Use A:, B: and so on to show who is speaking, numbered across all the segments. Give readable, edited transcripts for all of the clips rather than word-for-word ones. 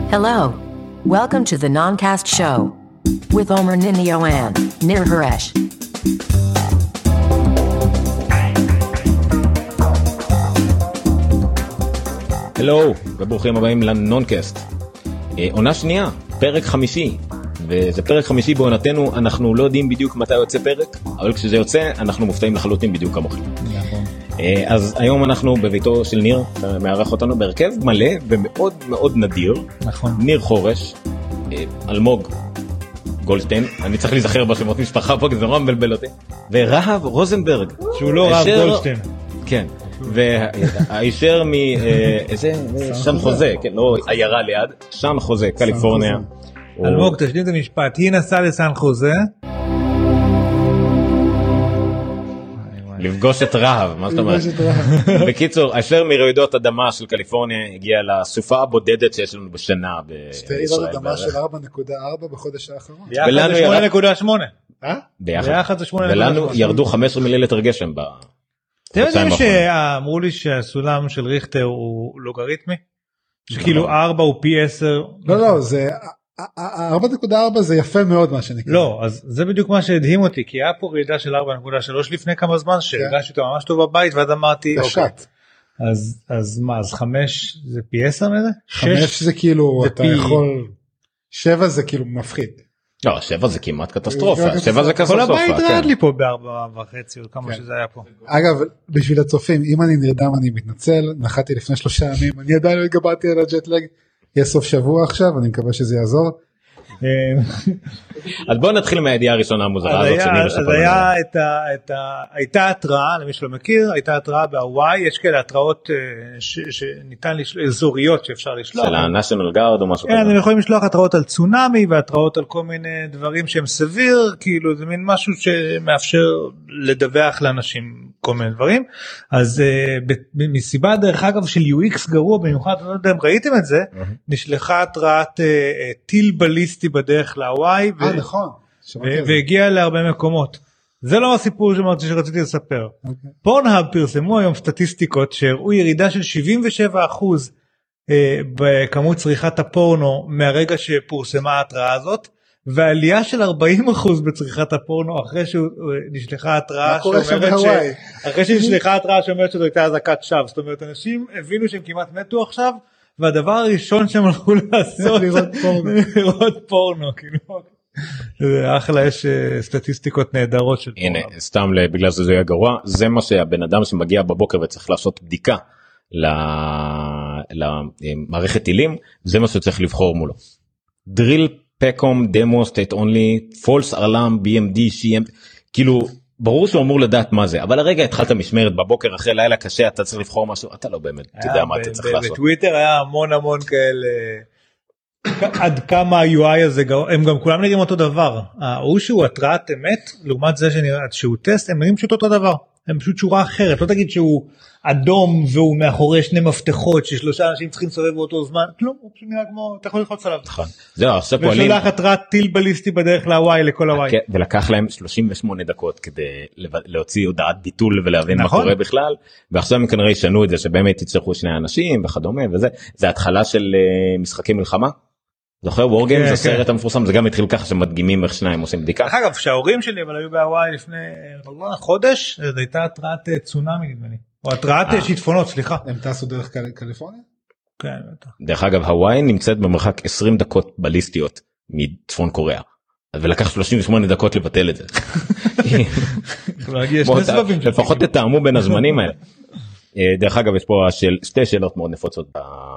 A: Hello. Welcome to the Noncast Show with Omer Ninio and Nir Haresh.
B: הלו, וברוכים הבאים לנונקאסט. עונה שנייה, פרק 5. וזה פרק 5 בעונתנו, אנחנו לא יודעים בדיוק מתי יוצא פרק, אבל כשזה יוצא אנחנו מופתעים לחלוטין בדיוק כמוכם.
C: נכון.
B: אז היום אנחנו בביתו של ניר, מארח אותנו בהרכב מלא ומאוד מאוד נדיר.
C: נכון.
B: ניר חורש, אלמוג גולדשטיין, אני צריך להיזכר בשמות משפחה פה כי זה נורא מבלבל אותי, ורהב רוזנברג.
C: שהוא לא רהב גולדשטיין.
B: כן. והישר מאיזה שם חוזה, כן, לא עיירה ליד, שם חוזה, קליפורניה.
C: אלמוג, תשלים את המשפט, היא נסעה לסן חוזה
B: לפגוש את רהב, מה זאת אומרת? בקיצור, הישר מרעידות אדמה של קליפורניה הגיע לסופה הבודדת שיש לנו בשנה בישראל.
D: רעידות אדמה של 4.4 בחודש האחרון.
C: ביחד זה 8.8.
B: ביחד זה 8.8. ולנו ירדו 15 מיליליטר גשם
C: אתם יודעים שאמרו לי שהסולם של ריכטר הוא לוגריתמי? שכאילו 4 הוא פי 10?
D: לא, זה 4.4 זה יפה מאוד מה שנקרא.
C: לא, אז זה בדיוק מה שהדהים אותי, כי היה פה רעידה של 4.3 לפני כמה זמן, שהרגשתי אותו ממש טוב בבית, ואז אמרתי, אוקיי, אז מה, אז 5 זה פי 10 מזה?
D: 5 זה כאילו, אתה יכול, 7 זה כאילו מפחיד.
B: לא, 7 זה כמעט קטסטרופה, 7 זה קטסטרופה.
C: כל הבית רעד לי פה ב4.5 או כמה שזה היה פה.
D: אגב, בשביל הצופים, אם אני נרדם אני מתנצל, נחתי לפני 3 ימים, אני עדיין לא הגעתי על הג'טלג, יהיה סוף שבוע עכשיו, אני מקווה שזה יעזור.
B: אז בואו נתחיל מהידיעה הראשונה המוזרה הזאת.
C: אז הייתה התראה, למי שלא מכיר, הייתה התראה בהוואי, יש כאלה התראות שניתן אזוריות שאפשר לשלוח.
B: של ה-National Guard או משהו כזה.
C: כן, הם יכולים לשלוח התראות על צונאמי, והתראות על כל מיני דברים שהם סביר, כאילו זה מין משהו שמאפשר לדווח לאנשים כל מיני דברים. אז מסיבה דרך אגב של UX גרוע, במיוחד, אני לא יודע אם ראיתם את זה, נשלחה התראת טיל בליסטי בדרך להוואי,
D: נכון,
C: והגיע להרבה מקומות. זה לא הסיפור שרציתי לספר. פורנהאב פרסמו היום סטטיסטיקות שהראו ירידה של 77% בכמות צריכת הפורנו מהרגע שפורסמה ההתראה הזאת, ועלייה של 40% בצריכת הפורנו אחרי שנשלחה התראה שאומרת שזו הייתה אזעקת שווא. זאת אומרת, אנשים הבינו שהם כמעט מתו עכשיו, והדבר הראשון שהם הלכו לעשות לראות פורנו. זה אחלה, יש סטטיסטיקות נהדרות של פורנו.
B: הנה, סתם בגלל שזה יהיה גרוע, זה מה שהבן אדם שמגיע בבוקר וצריך לעשות בדיקה למערכת טילים, זה מה שצריך לבחור מולו. drill פקום, דמו, סטייט אונלי, פולס ארלם, BMD, CM, כאילו, ברור שהוא אמור לדעת מה זה, אבל הרגע התחלת משמרת בבוקר אחרי לילה קשה, אתה צריך לבחור משהו, אתה לא באמת יודע מה אתה צריך לעשות.
C: בטוויטר היה המון כאלה, עד כמה ה-UI הזה, הם גם כולם נראים אותו דבר, הוא שהוא התראת אמת, לעומת זה שהוא טסט, הם נראים פשוט אותו דבר, הם פשוט שורה אחרת, לא תגיד שהוא אדום והוא מאחורי 2 מפתחות ש3 אנשים צריכים לסובב באותו זמן, כלום, הוא פשוט נראה כמו, אתה יכול ללחוץ עליו.
B: נכון. זהו, עכשיו פועלים.
C: ושולח התראת טיל בליסטי בדרך להוואי, לכל הוואי.
B: ולקח להם 38 דקות כדי להוציא הודעת ביטול ולהבין מה קורה בכלל, ועכשיו הם כנראה ישנו את זה שבאמת יצטרכו 2 אנשים וכדומה, וזה, זה התחלה של משחקי מלחמה. זוכר וורגיימס, הסרט המפורסם, זה גם התחיל ככה שמדגימים איך 2 עושים בדיקה.
C: אגב, שההורים שלי אבל היו בהוואי לפני חודש, זו הייתה התראת צונאמי נדמה לי. או התראת שיטפונות, סליחה.
D: הם טסו דרך קליפורניה?
C: כן, בטח.
B: דרך אגב, הוואי נמצאת במרחק 20 דקות בליסטיות מצפון קוריאה, ולקח 38 דקות לבטל את זה. לפחות תתאמו בין הזמנים האלה. דרך אגב, יש פה 2 שאלות מאוד נפוצות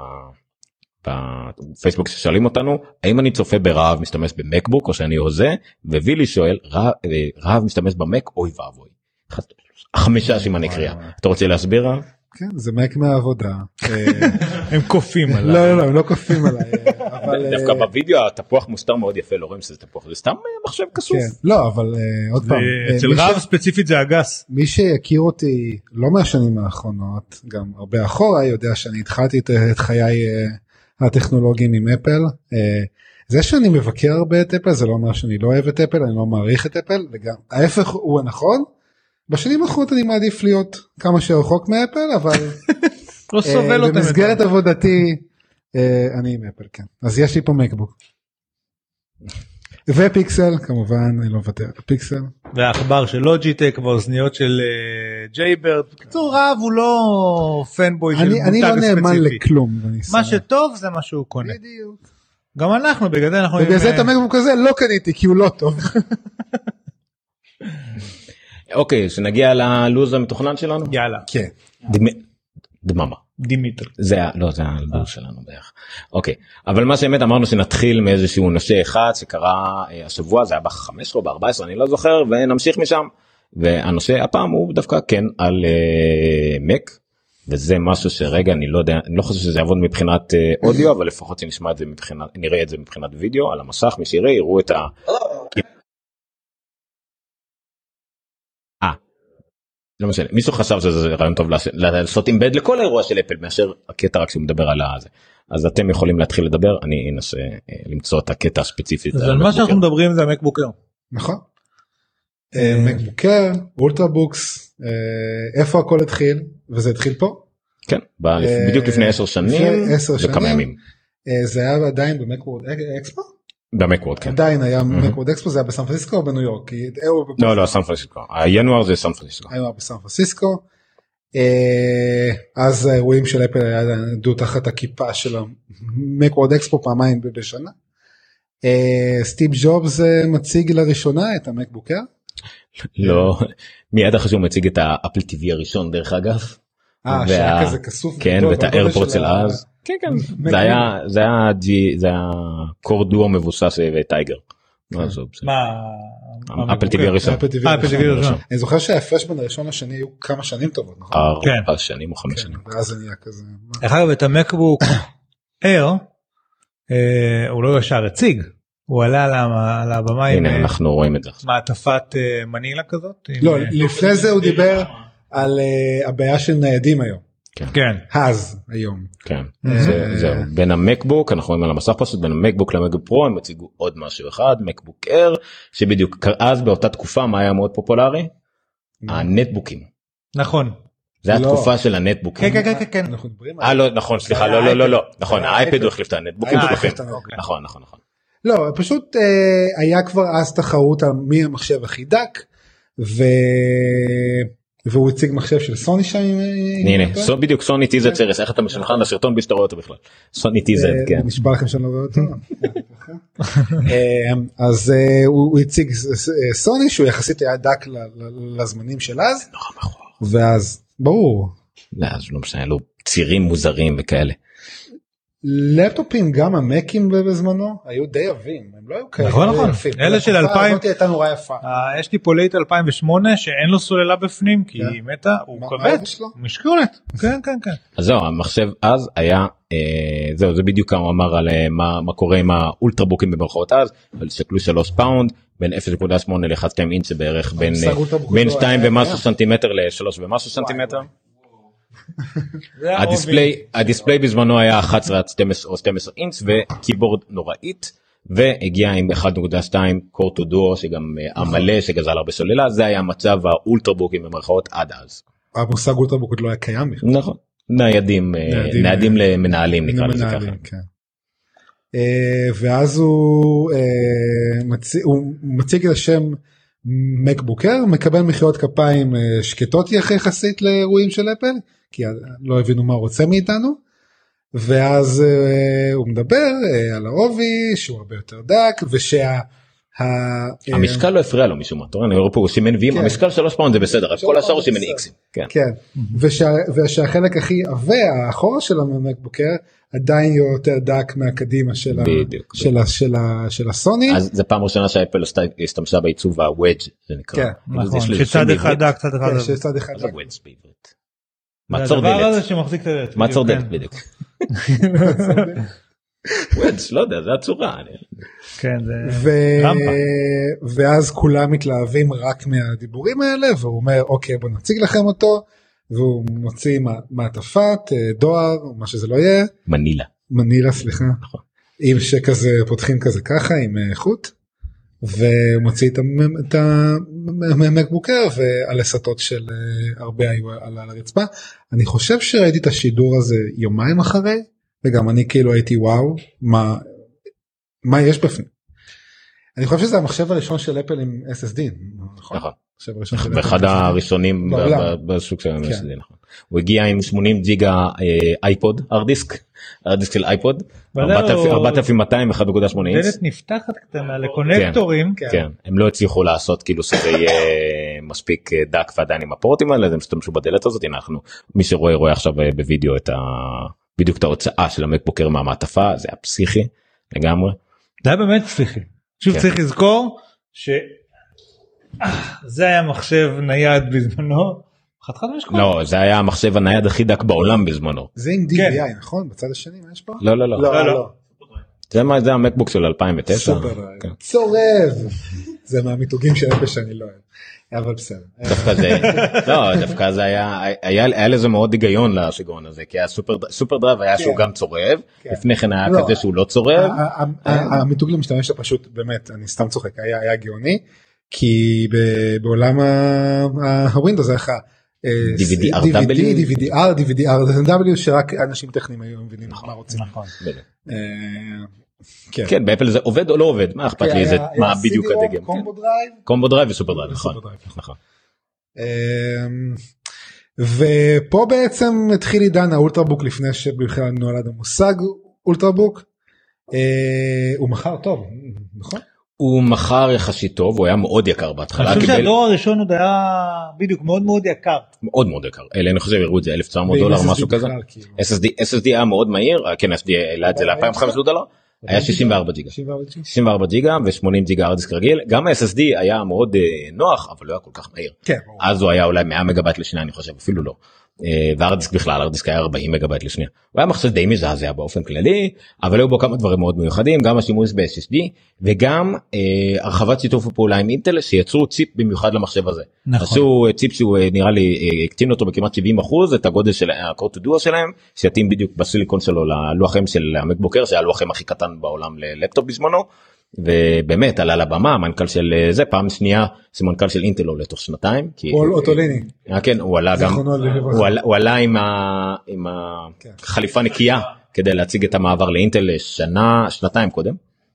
B: בפייסבוק ששואלים אותנו, האם אני צופה ברעב משתמש במקבוק או שאני הוזה, ווילי שואל, רעב משתמש במק, אוי ואבוי. 5 סימני קריאה. אתה רוצה להסביר?
D: כן, זה מק מהעבודה.
C: הם קופים עליי.
D: לא, הם לא קופים עליי.
B: דווקא בווידאו התפוח מוסתר מאוד יפה, לא רואים שזה תפוח, זה סתם מחשב כסוף.
D: לא, אבל עוד פעם.
C: אצל רב ספציפית זה אגס.
D: מי שיכיר אותי לא מהשנים האחרונות, גם הרבה אחורה, יודע שאני התחלתי את חיי הטכנולוגיים עם אפל. זה שאני מבקר הרבה את אפל, זה לא אומר שאני לא אוהב את אפל, אני לא מעריך את אפל, וגם ההפך הוא הנכון. בשנים האחרונות אני מעדיף להיות כמה שרחוק מאפל, אבל
C: לא סובל אותם.
D: במסגרת עבודתי אני עם אפל, כן. אז יש לי פה מקבוק. ופיקסל, כמובן, אני לא מוותר על פיקסל.
C: והעכבר של לוג'יטק והאוזניות של ג'ייברד. בקיצור, רב הוא לא פנבוי של מותג ספציפי.
D: אני לא נאמן לכלום.
C: מה שטוב זה מה שהוא קונה.
D: בדיוק.
C: גם אנחנו, בגלל זה אנחנו...
D: בגלל זה את המקבוק הזה לא קניתי, כי הוא לא טוב.
B: אוקיי, שנגיע ללוז המתוכנן שלנו?
C: יאללה.
D: כן.
B: דממה.
C: דימיטר.
B: זה הלוז שלנו בערך. אוקיי, אבל מה שבאמת אמרנו שנתחיל מאיזשהו נושא אחד שקרה השבוע, זה היה ב-15 או ב-14, אני לא זוכר, ונמשיך משם. והנושא הפעם הוא דווקא כן על מק, וזה משהו שרגע אני לא יודע, אני לא חושב שזה יעבוד מבחינת אודיו, אבל לפחות שנשמע את זה מבחינת, נראה את זה מבחינת וידאו על המסך, מי שיראה, יראו את ה... לא משנה, מישהו חשב שזה רעיון טוב לעשות אימבד לכל האירוע של אפל מאשר הקטע רק שהוא מדבר על זה. אז אתם יכולים להתחיל לדבר, אני אנסה למצוא את הקטע הספציפי.
C: אז על מה שאנחנו מדברים זה המקבוק אייר.
D: נכון. מקבוק אייר, אולטרבוקס, איפה הכל התחיל, וזה התחיל פה?
B: כן, בדיוק לפני 10 שנים וכמה ימים.
D: זה היה עדיין במקוורד אקספו?
B: במקוורד, כן.
D: עדיין היה מקוורד אקספו, זה היה בסן פרנסיסקו או בניו יורק?
B: לא, סן פרנסיסקו. הינואר זה סן פרנסיסקו.
D: הינואר בסן פרנסיסקו. אז האירועים של אפל עמדו תחת הכיפה של המקוורד אקספו פעמיים בשנה. סטיב ג'ובס מציג לראשונה את המקבוק אייר?
B: לא, מיד אחרי שהוא מציג את האפל TV הראשון דרך אגב.
D: שהיה כזה כסוף.
B: כן, ואת האיירפורט של אז. כן, כן. זה היה קור דואו מבוסס וטייגר.
C: מה?
B: אפל TV הראשון.
D: אני זוכר שההפרש בין הראשון לשני היו כמה שנים טובות, נכון?
B: 4 שנים או 5 שנים.
D: ואז זה נהיה כזה.
C: אגב, את המקבוק אייר, הוא לא ישר הציג. הוא עלה על הבמה עם...
B: הנה, אנחנו רואים את זה.
C: מעטפת מנילה כזאת?
D: לא, לפני זה הוא דיבר על הבעיה של ניידים היום.
C: כן.
D: אז היום.
B: כן. זהו. בין המקבוק, אנחנו רואים על המסך פשוט, בין המקבוק למקבוק פרו, הם הציגו עוד משהו אחד, מקבוק אייר, שבדיוק אז באותה תקופה, מה היה מאוד פופולרי? הנטבוקים.
C: נכון.
B: זה התקופה של הנטבוקים.
C: כן, כן, כן.
B: לא, נכון, סליחה, לא. נכון, האייפד הוא החליף את הנטבוקים בטוחים. נכון.
D: לא, פשוט היה כבר אז תחרות על מי המחשב הכי דק, והוא הציג מחשב של סוני שם.
B: הנה, בדיוק סוני טיזד סרס, איך אתה משולחן לסרטון בלי שאתה רואה אותו בכלל. סוני טיזד, כן.
D: נשבע לכם שאני לא רואה אותו. אז הוא הציג סוני שהוא יחסית היה דק לזמנים של אז.
B: נורא מכוער.
D: ואז, ברור.
B: אז לא משנה, לו צירים מוזרים וכאלה.
D: לפטופים גם המקים בזמנו היו די עבים, הם לא היו כאלה.
C: נכון, אלה של 2000,
D: הייתה נורא יפה.
C: יש לי פה לייט 2008 שאין לו סוללה בפנים כי היא מתה, הוא כבד, משקולת, כן.
B: אז זהו, המחשב אז היה, זה בדיוק הוא אמר על מה קורה עם האולטרבוקים במרכאות אז, אבל שקלו 3 פאונד, בין 0.8 ל-1.2 אינץ' זה בערך בין 2 ומשהו סנטימטר ל-3 ומשהו סנטימטר. הדיספליי בזמנו היה 11 עד 12 או 12 אינץ' וקיבורד נוראית, והגיע עם 1.2 קור טו דואו שגם המלא שגזל הרבה סוללה. זה היה מצב האולטרבוקים במרכאות עד אז.
D: המושג אולטרבוק עוד לא היה קיים בכלל.
B: נכון, ניידים למנהלים נקרא לזה ככה.
D: ואז הוא מציג את השם מקבוק אייר, מקבל מחיאות כפיים שקטות יחסית לאירועים של אפל, כי לא הבינו מה הוא רוצה מאיתנו, ואז הוא מדבר על העובי שהוא הרבה יותר דק,
B: המשקל לא הפריע לו משום מה, אני רואה פה הוא סימן וים, המשקל 3 פאונד זה בסדר, כל השאר הוא סימן איקסים.
D: כן, ושהחלק הכי עבה, האחורה של המקבוק אייר, עדיין יותר דק מהקדימה של הסוני.
B: אז זה פעם ראשונה שהאפל השתמשה בעיצוב הוודג' זה נקרא.
C: כן, נכון, שצד אחד דק, צד אחד דק.
B: מה צור דלת?
C: הדבר הזה שמחזיק את הדלת.
B: מה צור דלת בדיוק. וודג' לא יודע, זה הצורה.
C: כן, זה רמפה.
D: ואז כולם מתלהבים רק מהדיבורים האלה, והוא אומר אוקיי בוא נציג לכם אותו, והוא מוציא מעטפת, דואר, מה שזה לא יהיה. מנילה, סליחה. עם שכזה פותחים כזה ככה, עם חוט, ומוציא את המקבוק אייר, והלסתות של הרבה היו על הרצפה. אני חושב שראיתי את השידור הזה יומיים אחרי, וגם אני כאילו הייתי וואו, מה יש בפנים. אני חושב שזה המחשב הראשון של אפל עם SSD, נכון?
B: ואחד הראשונים בשוק של SSD, נכון. הוא הגיע עם 80 ג'יגה אייפוד, ארדיסק של אייפוד, 4200 1.8 אינץ'.
C: דלת נפתחת קטנה לקונקטורים.
B: כן, הם לא הצליחו לעשות כאילו שזה יהיה מספיק דק ועדיין עם הפורטים האלה, אז הם השתמשו בדלת הזאת. אנחנו, מי שרואה עכשיו בווידאו בדיוק את ההוצאה של המקבוק אר מהמעטפה, זה היה פסיכי לגמרי.
C: זה היה באמת פסיכי. שוב צריך לזכור שזה היה מחשב נייד בזמנו.
B: לא, זה היה המחשב הנייד הכי דק בעולם בזמנו.
D: זה עם DVI, נכון? בצד השני, מה יש פה?
B: לא. זה המקבוק של 2009.
D: סופר, צורב. זה מהמיתוגים של אפל שאני לא אוהב. אבל בסדר.
B: דווקא זה היה לזה מאוד היגיון לשיגעון הזה, כי הסופר דרייב היה שהוא גם צורב, לפני כן היה כזה שהוא לא צורב.
D: המיתוג למשתמש פשוט, באמת, אני סתם צוחק, היה גאוני, כי בעולם הווינדוס זה לך DVD-R, שרק אנשים טכניים היו מבינים מה רוצים.
B: כן, באפל זה עובד או לא עובד, מה אכפת לי, זה מה בדיוק הדגם. קומבו דרייב וסופר דרייב, נכון.
D: ופה בעצם התחיל עידן האולטרבוק לפני שבכלל נולד המושג אולטרבוק. הוא מכר טוב, נכון?
B: הוא מכר יחסית טוב, הוא היה מאוד יקר בהתחלה.
C: אני חושב שהדור הראשון עוד היה בדיוק מאוד מאוד יקר.
B: מאוד מאוד יקר, אלה אני חושב הראו את זה $1,900 משהו כזה. SSD היה מאוד מהיר, כן SSD העלה את זה $2,500, היה 64 ג'יגה. 64 ג'יגה ו80 ג'יגה ארדיסק רגיל, גם ה-SSD היה מאוד נוח, אבל לא היה כל כך מהיר. אז הוא היה אולי 100 מגבייט לשנייה, אני חושב, אפילו לא. והארדיסק בכלל, הארדיסק היה 40 מגבייט לשנייה. הוא היה מחשב די מזעזע באופן כללי, אבל היו בו כמה דברים מאוד מיוחדים, גם השימוש ב-SSD, וגם הרחבת שיתוף הפעולה עם אינטל, שיצרו ציפ במיוחד למחשב הזה. עשו ציפ שהוא נראה לי, הקטין אותו בכמעט 70%, את הגודל של ה-Core to Duo שלהם, שיתאים בדיוק בסיליקון שלו ללוחם של המקבוק אר, שהיה הלוחם הכי קטן בעולם ללפטופ בזמנו, ובאמת עלה לבמה המנכ"ל של זה פעם שנייה זה מנכ"ל של אינטל עולה תוך שנתיים.
D: פול אוטוליני.
B: כן, הוא עלה גם, הוא עלה עם החליפה נקייה כדי להציג את המעבר לאינטל שנתיים קודם.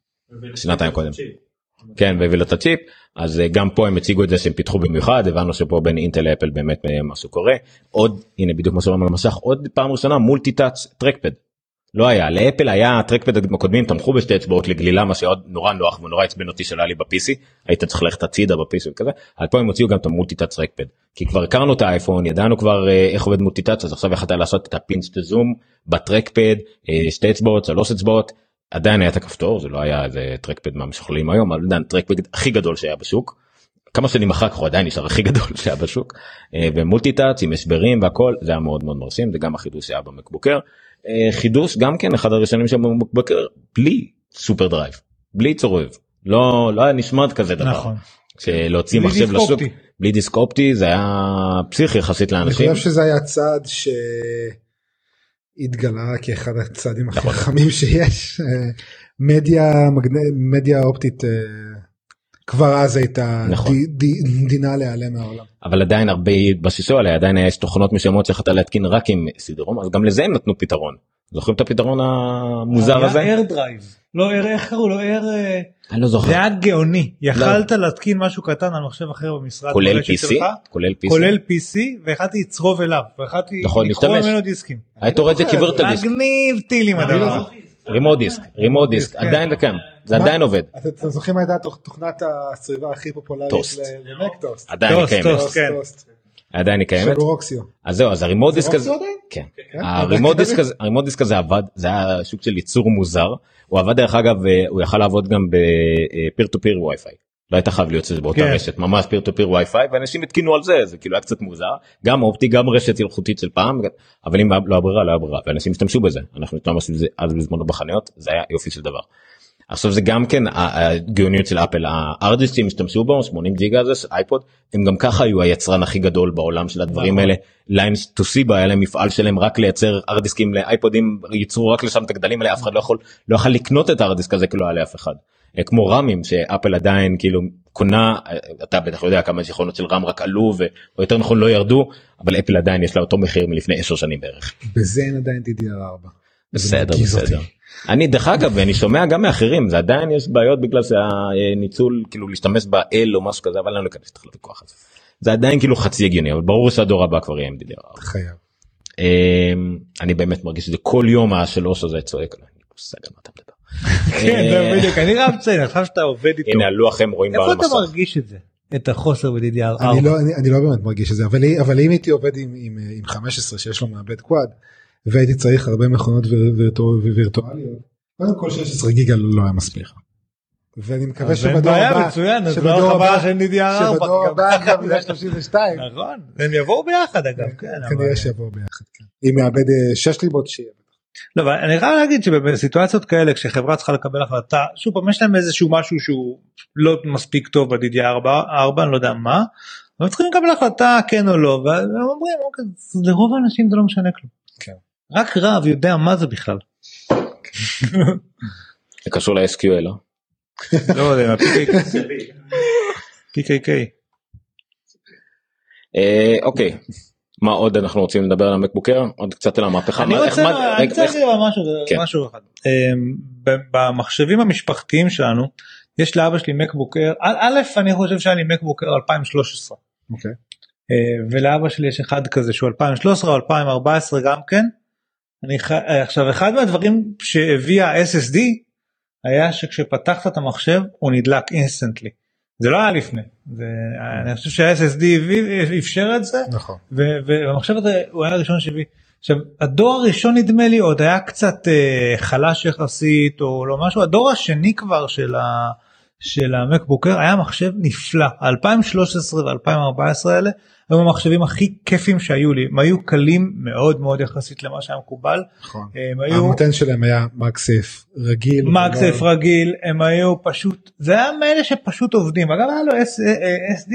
B: כן, והביא לו את הצ'יפ. אז גם פה הם הציגו את זה שהם פיתחו במיוחד, הבנו שפה בין אינטל לאפל באמת משהו קורה. עוד, הנה בדיוק מה שאומרים על המסך, עוד פעם ראשונה מולטי-טאץ' טרקפד. לא היה, לאפל היה הטרקפד הקודמים תמכו בשתי אצבעות לגלילה, מה שעוד נורא נוח ונורא עצבן אותי שלא היה לי ב-PC, היית צריך ללכת הצידה ב-PC וכזה, אבל פה הם הוציאו גם את המולטי-טאץ' טרקפד, כי כבר הכרנו את האייפון, ידענו כבר איך עובד מולטי-טאץ', אז עכשיו יכולת לעשות את הפינץ' טו זום בטרקפד, שתי אצבעות, 3 אצבעות, עדיין היה את הכפתור, זה לא היה איזה טרקפד מהמשוכללים היום, אבל עדיין טרקפד הכי גדול שהיה בשוק, כמה שנים אחר כך הוא עדיין נשאר הכי גדול שהיה בשוק, ומולטי-טאץ' עם הסברים והכל, זה היה מאוד מאוד מרשים, זה גם החידוש שהיה במקבוק אר. חידוש גם כן אחד הראשונים שבמקבוק אר בלי סופר דרייב, בלי צורב, לא היה נשמע כזה דבר. נכון. שלהוציא מחשב לשוק בלי דיסק אופטי זה היה פסיכי יחסית לאנשים.
D: אני חושב שזה היה צעד שהתגלה כאחד הצעדים הכי חכמים שיש. מדיה אופטית כבר אז הייתה דינה להיעלם מהעולם.
B: אבל עדיין הרבה התבססו עליה, עדיין יש תוכנות משמעות שיכולת להתקין רק עם סידרום, אז גם לזה הם נתנו פתרון. זוכרים את הפתרון המוזר הזה?
C: היה איירדרייב, לא איך קראו לו,
B: אני לא זוכר.
C: זה היה גאוני, יכלת להתקין משהו קטן על מחשב אחר במשרד.
B: כולל PC?
C: כולל PC, והחלטתי לצרוב אליו, והחלטתי לקרוא ממנו דיסקים.
B: היית רואה את זה כיוור את הדיסק.
C: מגניב טילים הדבר.
B: רימוט דיסק, עדיין וכאן, זה עדיין עובד.
D: אתם זוכרים הייתה תוכנת הסביבה הכי פופולרית למק? טוסט.
B: עדיין היא קיימת. עדיין היא קיימת. אז זהו, אז הרימוט דיסק הזה, כן, הרימוט דיסק הזה עבד, זה היה שוק של ייצור מוזר, הוא עבד דרך אגב, הוא יכל לעבוד גם בפיר טו פיר וי-פיי, לא הייתה חייב להיות שזה באותה רשת, ממש פיר טו פיר וי-פיי, ואנשים התקינו על זה, זה כאילו היה קצת מוזר, גם אופטי, גם רשת הלחוטית של פעם, אבל אם לא הברירה, לא הברירה, ואנשים השתמשו בזה, אנחנו נתנו את זה אז בזמנו בחנויות, זה היה יופי של דבר. עכשיו זה גם כן הגאוניות של אפל, הארדיסקים השתמשו בו, 80 ג'יגה הזה של אייפוד, הם גם ככה היו היצרן הכי גדול בעולם של הדברים האלה, ליינס טוסיבה היה להם מפעל שלהם רק לייצר ארדיסקים לאייפודים, ייצרו רק לשם את הגדלים האלה, אף אחד לא יכול לקנות את הארדיסק הזה, כאילו היה לאף אחד. כמו רמים שאפל עדיין כאילו קונה, אתה בטח יודע כמה זיכרונות של רם רק עלו, או יותר נכון לא ירדו, אבל אפל עדיין יש לה אותו מחיר מלפני 10 שנים בערך.
D: בזה אין עדיין DDR4.
B: בסדר, בסדר. אני דרך אגב, אני שומע גם מאחרים, זה עדיין יש בעיות בגלל שהניצול, כאילו להשתמש ב-L או משהו כזה, אבל אני לא אכנס לך לוויכוח הזה. זה עדיין כאילו חצי הגיוני, אבל ברור שהדור הבא כבר יהיה MDDR4.
D: חייב.
B: אני באמת מרגיש שזה כל יום השלוש הזה צועק, אני מושג על מה אתה מדבר.
C: כן, זה בדיוק, אני רב ציין, אני חושב שאתה עובד איתו.
B: הנה, הלוח הם רואים בעל מסך.
C: איפה אתה מרגיש את זה? את החוסר ב-DDR4?
D: אני לא באמת מרגיש את זה, אבל אם הייתי עובד עם 15 שיש לו מעבד קוואד, והייתי צריך הרבה מכונות וירטואליות, קודם כל 16 גיגה לא היה מספיק. ואני מקווה שבדור הבא,
C: שבדור
D: הבא גם יהיה 32.
C: נכון, הם יבואו ביחד אגב.
D: כנראה שיבואו ביחד, אם יעבד 6 ליבות שיהיה.
C: לא, אבל אני חייב להגיד שבסיטואציות כאלה כשחברה צריכה לקבל החלטה, שוב פעם יש להם איזשהו משהו שהוא לא מספיק טוב ב-DDR4, אני לא יודע מה, אבל צריכים לקבל החלטה כן או לא, והם אומרים אוקיי, לרוב האנשים זה לא משנה כלום. רק רב יודע מה זה בכלל.
B: זה קשור ל-SQL, לא?
C: לא, זה PKK.
B: אוקיי. מה עוד אנחנו רוצים לדבר על המקבוקר? עוד קצת על המהפכה.
C: אני רוצה להגיד משהו אחד. במחשבים המשפחתיים שלנו, יש לאבא שלי מקבוקר, א' אני חושב שהיה לי מקבוקר 2013.
D: אוקיי.
C: ולאבא שלי יש אחד כזה שהוא 2013 או 2014 גם כן. עכשיו אחד מהדברים שהביא ה-SSD, היה שכשפתחת את המחשב הוא נדלק אינסטנטלי. זה לא היה לפני, אני חושב שה-SSD אפשר את זה,
D: נכון.
C: והמחשב הזה הוא היה הראשון שהביא. עכשיו הדור הראשון נדמה לי עוד היה קצת חלש יחסית או לא משהו, הדור השני כבר של המקבוקר היה מחשב נפלא, 2013 ו-2014 האלה היו המחשבים הכי כיפים שהיו לי, הם היו קלים מאוד מאוד יחסית למה שהיה מקובל.
D: נכון. המותן שלהם היה מקסף רגיל.
C: מקסף רגיל, הם היו פשוט, זה היה מאלה שפשוט עובדים, אגב היה לו SD.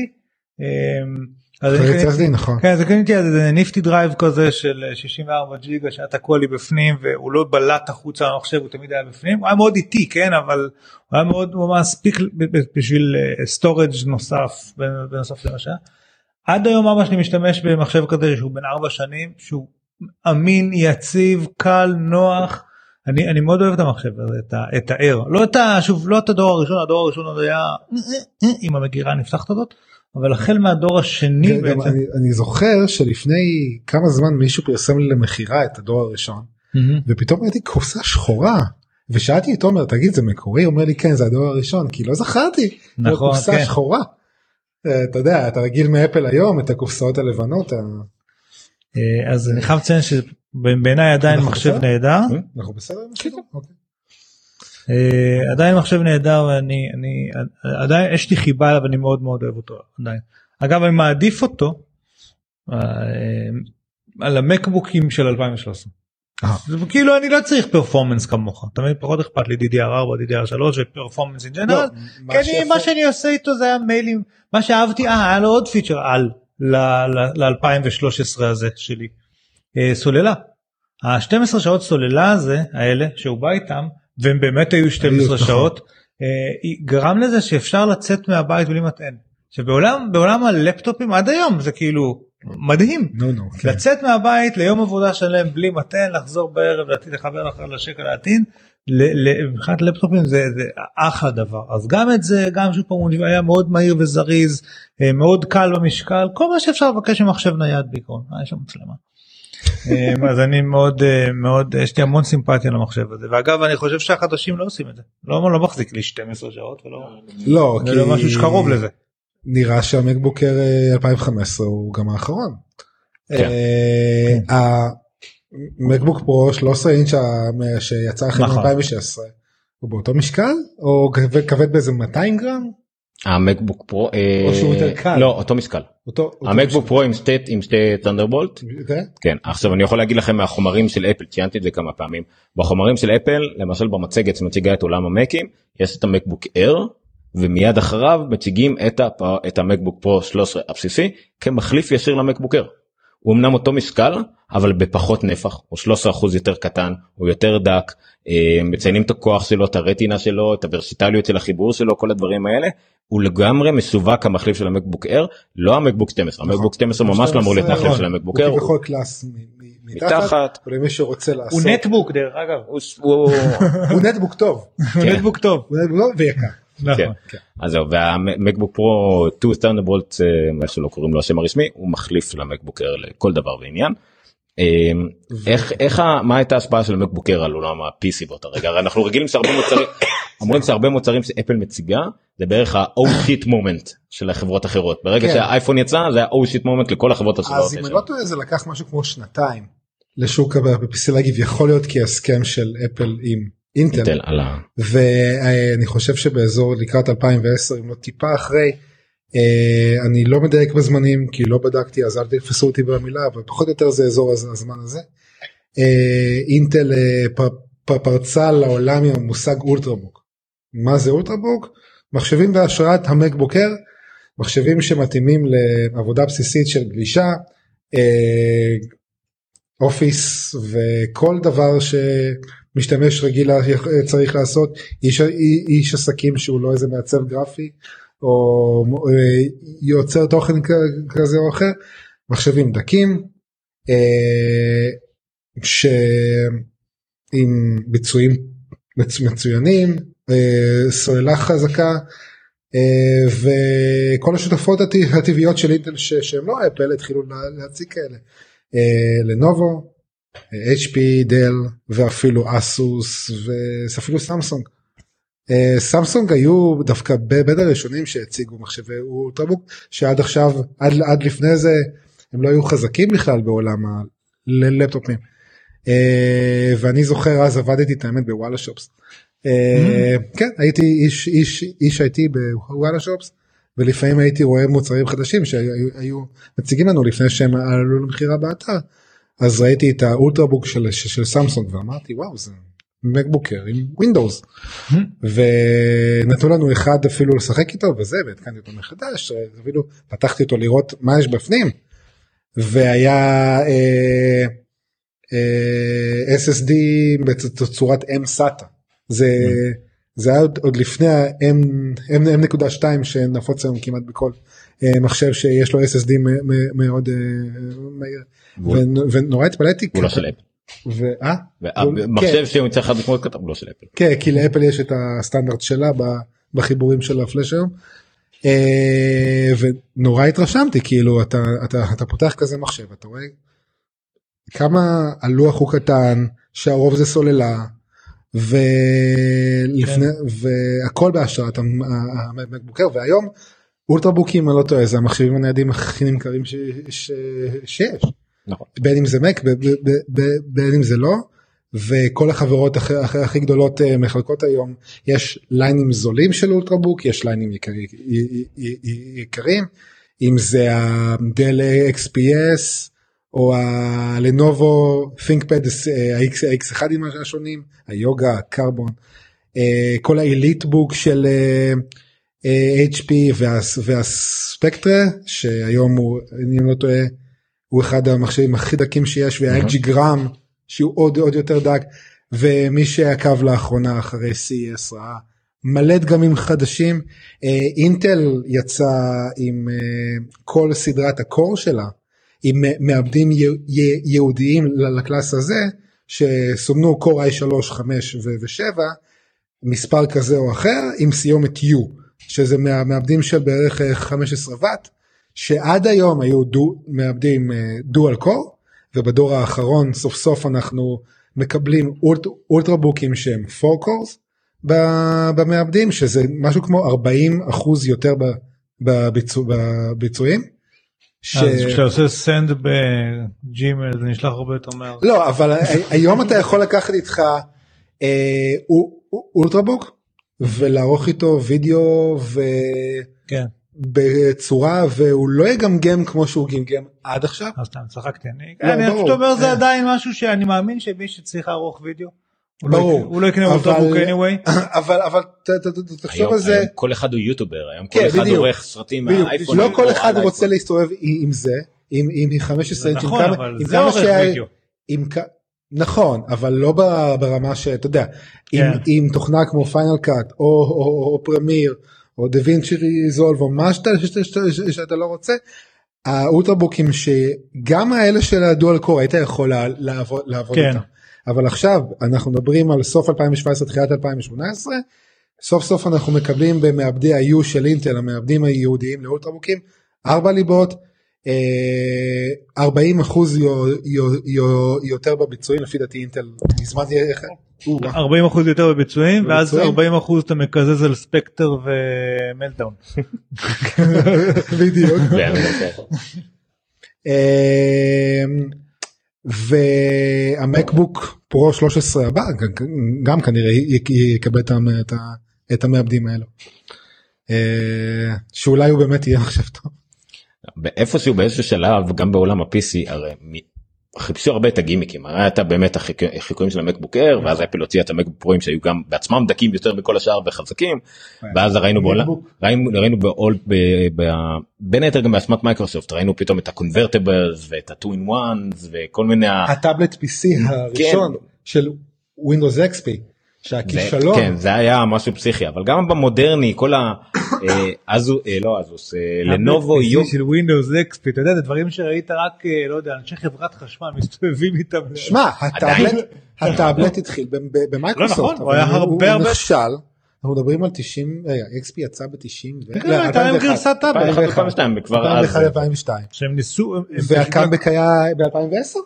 D: נכון.
C: כן, זה קניתי איזה ניפטי דרייב כזה של 64 ג'יגה שהיה תקוע לי בפנים, והוא לא בלט החוצה למחשב, הוא תמיד היה בפנים, הוא היה מאוד איטי, כן, אבל הוא היה מאוד מספיק בשביל סטורג' נוסף, בנוסף למה שהיה. עד היום אבא שלי משתמש במחשב כזה שהוא בין 4 שנים, שהוא אמין, יציב, קל, נוח. אני מאוד אוהב את המחשב הזה, את ה-Air. לא את הדור הראשון, הדור הראשון עוד היה עם המגירה נפתחת הזאת, אבל החל מהדור השני בעצם.
D: אני זוכר שלפני כמה זמן מישהו פרסם לי למחירה את הדור הראשון, ופתאום הייתי קופסה שחורה, ושאלתי את עומר, תגיד זה מקורי? הוא אומר לי כן, זה הדור הראשון, כי לא זכרתי, קופסה שחורה. אתה יודע, אתה רגיל מאפל היום, את הקופסאות הלבנות.
C: אז אני חייב לציין שבעיניי עדיין מחשב נהדר.
D: אנחנו בסדר?
C: עדיין מחשב נהדר, עדיין יש לי חיבה אליו, ואני מאוד מאוד אוהב אותו עדיין. אגב, אני מעדיף אותו על המקבוקים של 2013. כאילו אני לא צריך פרפורמנס כמוך, תמיד פחות אכפת לי DDR4, DDR3 ופרפורמנס אין ג'נרל, כי מה שאני עושה איתו זה היה מיילים, מה שאהבתי, היה לו עוד פיצ'ר על ל-2013 הזה שלי, סוללה, ה-12 שעות סוללה האלה שהוא בא איתם, והם באמת היו 12 שעות, גרם לזה שאפשר לצאת מהבית בלי מטען, שבעולם הלפטופים עד היום זה כאילו, מדהים, לצאת מהבית ליום עבודה שלהם בלי מטען, לחזור בערב, לחבר לשקל לעתין, מבחינת לפטופים זה אחלה דבר, אז גם את זה, גם שהוא פעם היה מאוד מהיר וזריז, מאוד קל במשקל, כל מה שאפשר לבקש ממחשב נייד בעיקרון, יש שם מצלמה. אז אני מאוד, יש לי המון סימפתיה למחשב הזה, ואגב אני חושב שהחדשים לא עושים את זה, לא מחזיק לי 12 שעות, ולא משהו שקרוב לזה.
D: נראה שהמקבוקר 2015 הוא גם האחרון. המקבוק פרו 13 אינץ' שיצא אחרי 2016, הוא באותו משקל? או כבד באיזה 200 גרם?
B: המקבוק פרו,
D: או שהוא יותר קל?
B: לא, אותו משקל. המקבוק פרו עם שתי תנדרבולט. כן, עכשיו אני יכול להגיד לכם מהחומרים של אפל, ציינתי את זה כמה פעמים, בחומרים של אפל, למשל במצגת שמציגה את עולם המקים, יש את המקבוק אייר, ומיד אחריו מציגים את המקבוק פרו 13 הבסיסי כמחליף ישיר למקבוקר. הוא אמנם אותו משקל, אבל בפחות נפח, הוא 13% יותר קטן, הוא יותר דק, מציינים את הכוח שלו, את הרטינה שלו, את הוורסיטליות של החיבור שלו, כל הדברים האלה, הוא לגמרי מסווג כמחליף של המקבוק אייר, לא המקבוק 12, המקבוק 12 ממש לא אמור להיות מחליף של המקבוק אייר.
D: הוא כבכל קלאס מתחת, ולמי שרוצה לעשות.
C: הוא נטבוק דרך אגב.
D: הוא נטבוק טוב.
C: הוא נטבוק טוב.
D: ויקר.
C: נכון.
B: אז זהו, והמקבוק פרו 2 Thunderbolt, איך שלא קוראים לו השם הרשמי, הוא מחליף למקבוק אייר לכל דבר ועניין. מה הייתה ההשפעה של המקבוק אייר על עולם ה-PC באותה רגע? הרי אנחנו רגילים שהרבה מוצרים, אומרים שהרבה מוצרים שאפל מציגה, זה בערך ה-oh shit moment של החברות אחרות. ברגע שהאייפון יצא, זה ה-oh shit moment לכל החברות השונות.
D: אז אם אני לא טועה, זה לקח משהו כמו 2 לשוק ב-PC להגיב, יכול להיות כי הסכם של אפל עם אינטל, ואני חושב שבאזור לקראת 2010, אם לא טיפה אחרי, אני לא מדייק בזמנים, כי לא בדקתי, אז אל תפסו אותי במילה, אבל פחות או יותר זה אזור הזמן הזה. אינטל פרצה לעולם עם המושג אולטרבוק. מה זה אולטרבוק? מחשבים בהשראת המקבוק אייר, מחשבים שמתאימים לעבודה בסיסית של גלישה, אופיס וכל דבר שמשתמש רגיל צריך לעשות, איש עסקים שהוא לא איזה מעצב גרפי, או יוצר תוכן כזה או אחר, מחשבים דקים, עם ביצועים מצוינים, סוללה חזקה, וכל השותפות הטבעיות של אינטל שהן לא אפל התחילו להציג כאלה, לנובו, HP, דל, ואפילו אסוס, ואפילו סמסונג. סמסונג היו דווקא בין הראשונים שהציגו מחשבי אולטרבוק, שעד עכשיו, עד לפני זה, הם לא היו חזקים בכלל בעולם הלפטופים. ואני זוכר, אז עבדתי את האמת בוואלה שופס. כן, הייתי איש IT בוואלה שופס, ולפעמים הייתי רואה מוצרים חדשים שהיו מציגים לנו לפני שהם עלו למחירה באתר, אז ראיתי את האולטרבוק של סמסונג, ואמרתי, וואו, זה מקבוקר עם ווינדוס, ונתנו לנו אחד אפילו לשחק איתו וזה, והתקנתי אותו מחדש, אפילו פתחתי אותו לראות מה יש בפנים, והיה SSD בצורת M-SATA, זה היה עוד לפני ה-M.2 שנפוץ היום כמעט בכל מחשב שיש לו SSD מאוד מהיר, ונורא התפלאתי.
B: הוא לא של אפל. מחשב שהוא יצא אחד משמעות קטן, הוא לא של אפל.
D: כן, כי לאפל יש את הסטנדרט שלה בחיבורים של הפלאש היום, ונורא התרשמתי, כאילו אתה פותח כזה מחשב, אתה רואה כמה הלוח הוא קטן, שהרוב זה סוללה, והכל בהשראת המקבוקר, והיום אולטרבוקים, אני לא טועה, זה המחשבים הניידים הכי נמכרים שיש, בין אם זה מק, בין אם זה לא, וכל החברות הכי גדולות מחלקות היום, יש ליינים זולים של אולטרבוק, יש ליינים יקרים, אם זה הדל XPS, או הלנובו ThinkPad ה-X1 עם השונים, היוגה, הקרבון, כל האליטבוק של HP והספקטרה, שהיום הוא, אני לא טועה, הוא אחד המחשבים הכי דקים שיש, וה-LG גרם, שהוא עוד יותר דק, ומי שעקב לאחרונה אחרי CES ראה, מלא דגמים חדשים, אינטל יצא עם כל סדרת הקור שלה, עם מעבדים יהודיים לקלאס הזה, שסומנו Core i3, 5 ו-7, מספר כזה או אחר, עם סיומת U, שזה מעבדים של בערך 15 וואט, שעד היום היו מעבדים דואל קור, ובדור האחרון סוף סוף אנחנו מקבלים אולטרבוקים שהם 4 קורס במעבדים, שזה משהו כמו 40% יותר בביצועים.
C: כשאתה עושה סנד בג'ימל זה נשלח הרבה יותר מהר.
D: לא, אבל היום אתה יכול לקחת איתך אולטרבוק ולערוך איתו וידאו בצורה, והוא לא יגמגם כמו שהוא גמגם עד עכשיו.
C: אז אתה צחקתי, אני פשוט אומר זה עדיין משהו שאני מאמין שמי שצריך לערוך וידאו הוא לא יקנה אולטרבוק anyway.
D: אבל תחשוב על זה,
B: כל אחד הוא יוטובר, היום כל אחד עורך סרטים מהאייפון,
D: לא כל אחד רוצה להסתובב עם זה, עם 15 אינץ',
C: נכון, אבל זה עורך וידאו,
D: נכון, אבל לא ברמה שאתה יודע, עם תוכנה כמו פיינל קאט או פרמיר או דווינצ'י ריזולב או מה שאתה לא רוצה, האולטרבוקים שגם האלה של הדואל קור היית יכול לעבוד
C: כן.
D: איתם, אבל עכשיו אנחנו מדברים על סוף 2017 תחילת 2018, סוף סוף אנחנו מקבלים במעבדי ה-U של אינטל, המעבדים הייעודיים לאולטרבוקים, 4 ליבות, 40% יותר בביצועים, לפי דעתי אינטל מזמן יהיה
C: 40% יותר בביצועים, ואז 40% אתה מקזז על ספקטר ומלטאון.
D: בדיוק. והמקבוק פרו 13 הבא גם כנראה יקבל את המעבדים האלו, שאולי הוא באמת יהיה עכשיו טוב.
B: באיפשהו באיזשהו שלב גם בעולם ה-PC הרי חיפשו הרבה את הגימיקים, הרי הייתה באמת החיקויים של המקבוק אייר, ואז אפל הוציאה את המקבוק פרוים שהיו גם בעצמם דקים יותר מכל השאר וחזקים, ואז ראינו בין היתר גם באשמת מייקרוסופט, ראינו פתאום את הקונברטיבלס ואת ה-2-in-1s וכל מיני
D: הטאבלט PC הראשון של Windows XP, שהכישלון.
B: כן, זה היה משהו פסיכי, אבל גם במודרני, כל אזוס, לנובו יו.
C: של Windows XP, אתה יודע, זה דברים שראית רק, לא יודע, אנשי חברת חשמל מסתובבים איתם.
D: שמע, הטאבלט התחיל במיקרוסופט,
C: הוא היה הרבה
D: הוא נכשל, אנחנו מדברים על 90, XP יצא ב-90,
C: הייתה להם גרסת טאבלט.
D: 2002.
C: שהם ניסו,
D: והקאמבק היה ב-2010?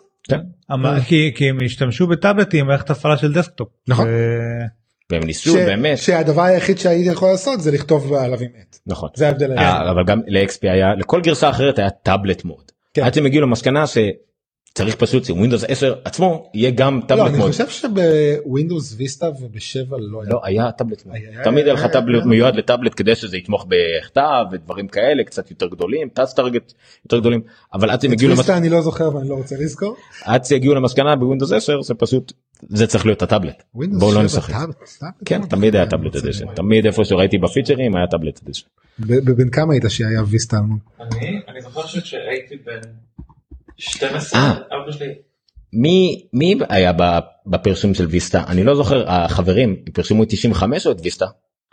C: כי הם השתמשו בטאבלטים מערכת הפעלה של דסקטופ.
D: נכון.
B: והם ניסו באמת.
D: שהדבר היחיד שהייתי יכול לעשות זה לכתוב עליו עם עט.
B: נכון.
D: זה ההבדל.
B: אבל גם ל-XP היה, לכל גרסה אחרת היה טאבלט מוד. עד שהם הגיעו למסקנה שצריך פשוט שווינדוס 10 עצמו יהיה גם טאבלט מוד.
D: אני חושב שבווינדוס ויסטה וב7 לא היה.
B: לא, היה טאבלט מוד. תמיד היה לך טאבלט מיועד לטאבלט כדי שזה יתמוך בכתב ודברים כאלה קצת יותר גדולים, טאץ' טארגט יותר גדולים, אבל עד שהם הגיעו
D: למסקנה, אני לא זוכר ואני לא רוצה לזכור.
B: עד שהגיעו למסקנה בווינדוס 10 זה פשוט, זה צריך להיות הטאבלט. בואו לא נשחק. כן, תמיד היה טאבלט אדישן. תמיד איפה שראיתי בפיצ'רים היה טאבלט אדישן.
D: בבין כמה היית שהיה ויסטה?
E: אני זוכר שהייתי בין 12, אבא שלי.
B: מי היה בפרסום של ויסטה? אני לא זוכר, החברים פרסמו את 95 או את ויסטה?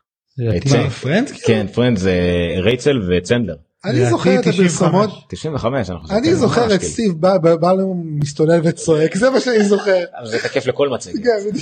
D: פרנד?
B: כן, פרנד זה רייצל וצנדלר.
D: אני זוכר את הפרסומות.
B: 95.
D: אני זוכר את סטיב בא לנו מסתולל וצועק, זה מה שאני זוכר.
B: זה תקף לכל מצגת.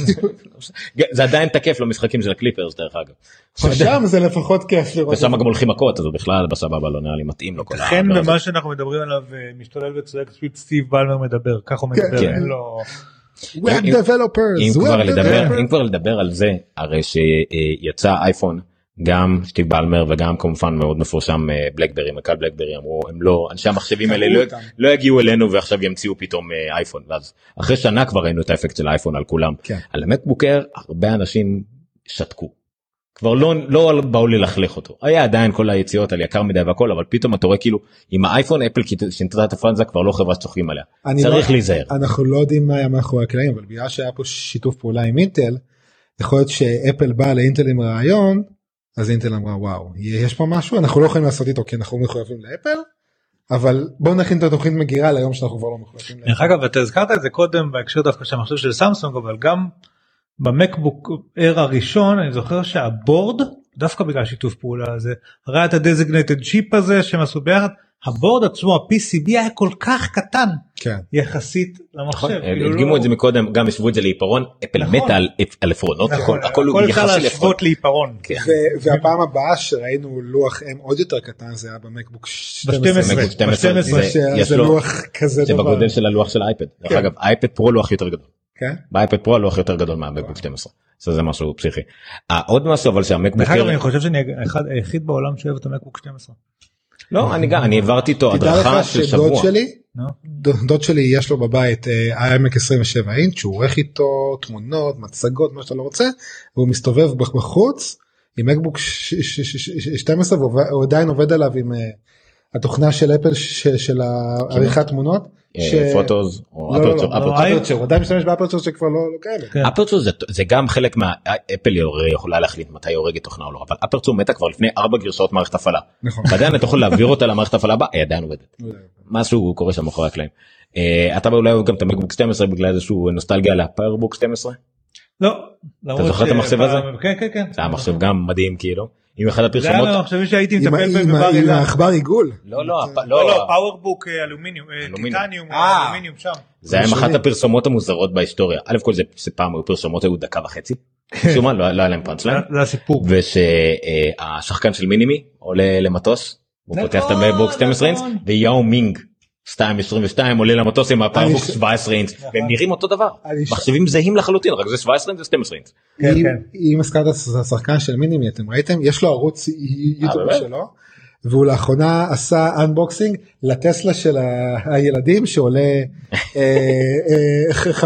B: זה עדיין תקף למשחקים של הקליפרס דרך אגב.
D: שם זה לפחות כיף לראות.
B: ושם גם הולכים מכות, אז הוא בכלל בסבבה לא נראה לי מתאים לו.
C: לכן במה שאנחנו מדברים עליו משתולל וצועק סטיב בלמר מדבר, כך הוא מדבר.
D: Web developers.
B: אם כבר לדבר על זה, הרי שיצא אייפון, גם סטיב בלמר וגם כמובן מאוד מפורשם בלקברי, מנכ"ל בלקברי אמרו, הם לא, אנשי המחשבים האלה לא יגיעו אלינו ועכשיו ימציאו פתאום אייפון, ואז אחרי שנה כבר ראינו את האפקט של האייפון על כולם. על המקבוק אייר הרבה אנשים שתקו, כבר לא באו ללכלך אותו, היה עדיין כל היציאות על יקר מדי והכל, אבל פתאום אתה רואה כאילו עם האייפון אפל שינתה את הפרנזה כבר לא חברה שצוחקים עליה, צריך להיזהר.
D: אנחנו לא יודעים מה היה מאחורי הקלעים, אבל בגלל שהיה פה שיתוף פעולה עם אינטל, יכול להיות שאפל באה לאינטל עם רעיון, אז אינטל אמרה וואו יש פה משהו, אנחנו לא יכולים לעשות איתו כי אנחנו מחויבים לאפל, אבל בואו נכין את התוכנית מגירה ליום שאנחנו כבר לא מחויבים לאפל.
C: דרך אגב, אתה הזכרת את זה קודם בהקשר דווקא של המחשב של סמסונג, אבל גם במקבוק אייר הראשון אני זוכר שהבורד, דווקא בגלל שיתוף פעולה הזה, ראה את הדזיגנטד צ'יפ הזה שהם עשו ביחד, הבורד עצמו, ה-PCB היה כל כך קטן, יחסית למחשב.
B: הדגימו את זה מקודם, גם השוו את זה לעיפרון, אפל מתה על עפרונות,
C: הכל אפשר להשוות לעיפרון.
D: והפעם הבאה שראינו לוח M עוד יותר קטן, זה היה במקבוק
B: 12.
D: זה לוח כזה
B: דבר. זה בגודל של הלוח של האייפד. דרך אגב, האייפד פרו לוח יותר גדול. באייפד פרו הלוח יותר גדול מהמקבוק 12. זה משהו פסיכי. עוד משהו אבל שהמקבוק...
C: דרך אגב, אני חושב שאני היחיד בעולם שאוהב את המקבוק 12.
B: לא, אני העברתי איתו הדרכה של שבוע.
D: דוד שלי יש לו בבית iMac 27 אינץ', הוא עורך איתו תמונות, מצגות, מה שאתה לא רוצה, והוא מסתובב בחוץ עם מקבוק 12 והוא עדיין עובד עליו עם התוכנה של אפל של העריכת תמונות.
B: פוטוז או
D: אפרצ'ר, הוא עדיין משתמש באפרצ'ר שכבר לא כאלה.
B: אפרצ'ר זה גם חלק מהאפל יכולה להחליט מתי הורגת תוכנה או לא, אבל אפרצ'ר מתה כבר לפני 4 גרסאות מערכת הפעלה, ועדיין אתה יכול להעביר אותה למערכת הפעלה הבאה, היא עדיין עובדת, משהו קורה שם מאחורי הקלעים. אתה אולי אוהב גם את המקבוק 12 בגלל איזשהו נוסטלגיה לפיירבוק 12?
C: לא.
B: אתה זוכר את המחשב הזה?
C: כן.
B: זה היה מחשב גם מדהים כאילו, עם אחד
C: זה
B: הפרסומות.
C: היה מחשבים שהייתי מטפל בהם בבר
D: עם
C: אילן.
D: העכבר עיגול.
B: לא,
C: פאוורבוק אלומיניום, טיטניום, אלומיניום שם.
B: זה היה עם אחת הפרסומות המוזרות בהיסטוריה. א' כל זה פעם היו פרסומות היו דקה וחצי. משום מה, לא היה להם פאנצ'ליין.
C: זה הסיפור.
B: ושהשחקן של מינימי עולה למטוס, הוא פותח את המקבוק 12 אינץ' ויאו מינג 2.22 עולה למטוס עם הפאורבוק 17 אינץ' והם נראים אותו דבר. מחשבים זהים לחלוטין, רק זה 17 אינץ' זה 12 אינץ'.
D: אם הזכרת השחקן של מינימי, אתם ראיתם? יש לו ערוץ יוטיוב שלו, והוא לאחרונה עשה אנבוקסינג לטסלה של הילדים שעולה $500,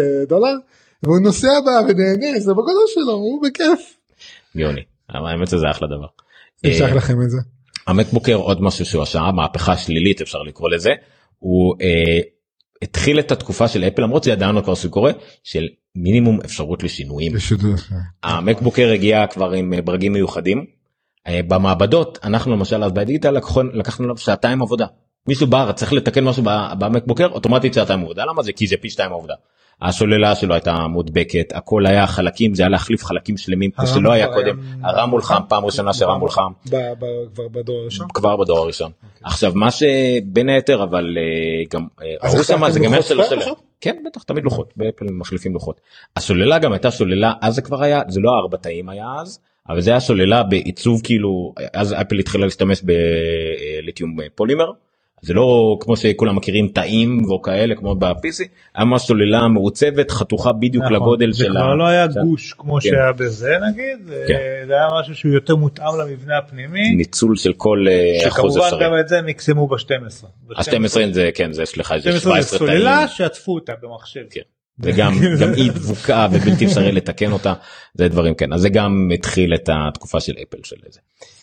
D: והוא נוסע בה ונהנה, זה בגודל שלו, הוא בכיף.
B: גאוני, האמת שזה אחלה דבר.
D: נשאר לכם את זה.
B: המקבוק אייר עוד משהו שהוא השעה, מהפכה שלילית אפשר לקרוא לזה, הוא התחיל את התקופה של אפל, למרות שידענו כבר שקורה, של מינימום אפשרות לשינויים. המקבוק אייר הגיע כבר עם ברגים מיוחדים, במעבדות אנחנו למשל אז בדיגיטל לקחנו עליו שעתיים עבודה. מישהו בא צריך לתקן משהו במקבוק אייר, אוטומטית שעתיים עבודה. למה זה? כי זה פי 2 עבודה. השוללה שלו הייתה מודבקת, הכל היה חלקים, זה היה להחליף חלקים שלמים שלא היה קודם. הרם מול חם, פעם ראשונה שרם מול חם.
D: כבר בדור הראשון?
B: כבר בדור הראשון. עכשיו מה שבין היתר אבל גם ראו שמה זה גם היה של השוללה. כן בטח תמיד לוחות, באפל מחליפים לוחות. השוללה גם הייתה שוללה, אז זה כבר היה, זה לא 4 תאים היה אז, אבל זה היה שוללה בעיצוב כאילו, אז אפל התחילה להשתמש בליתיום פולימר. זה לא כמו שכולם מכירים תאים וכאלה כמו ב-PC, היה ממש סוללה מעוצבת חתוכה בדיוק לגודל
C: של... זה כבר לא היה גוש כמו שהיה בזה נגיד, זה היה משהו שהוא יותר מותאם למבנה הפנימי.
B: ניצול של כל אחוז אפשרי.
C: שכמובן גם את זה מקסמו ב-12.
B: ה-12 זה כן, זה סליחה, זה 17 תאים.
C: סוללה שעטפו אותה במחשב.
B: כן. וגם אי דבוקה ובלתי אפשרי לתקן אותה, זה דברים כן, אז זה גם התחיל את התקופה של אפל של זה.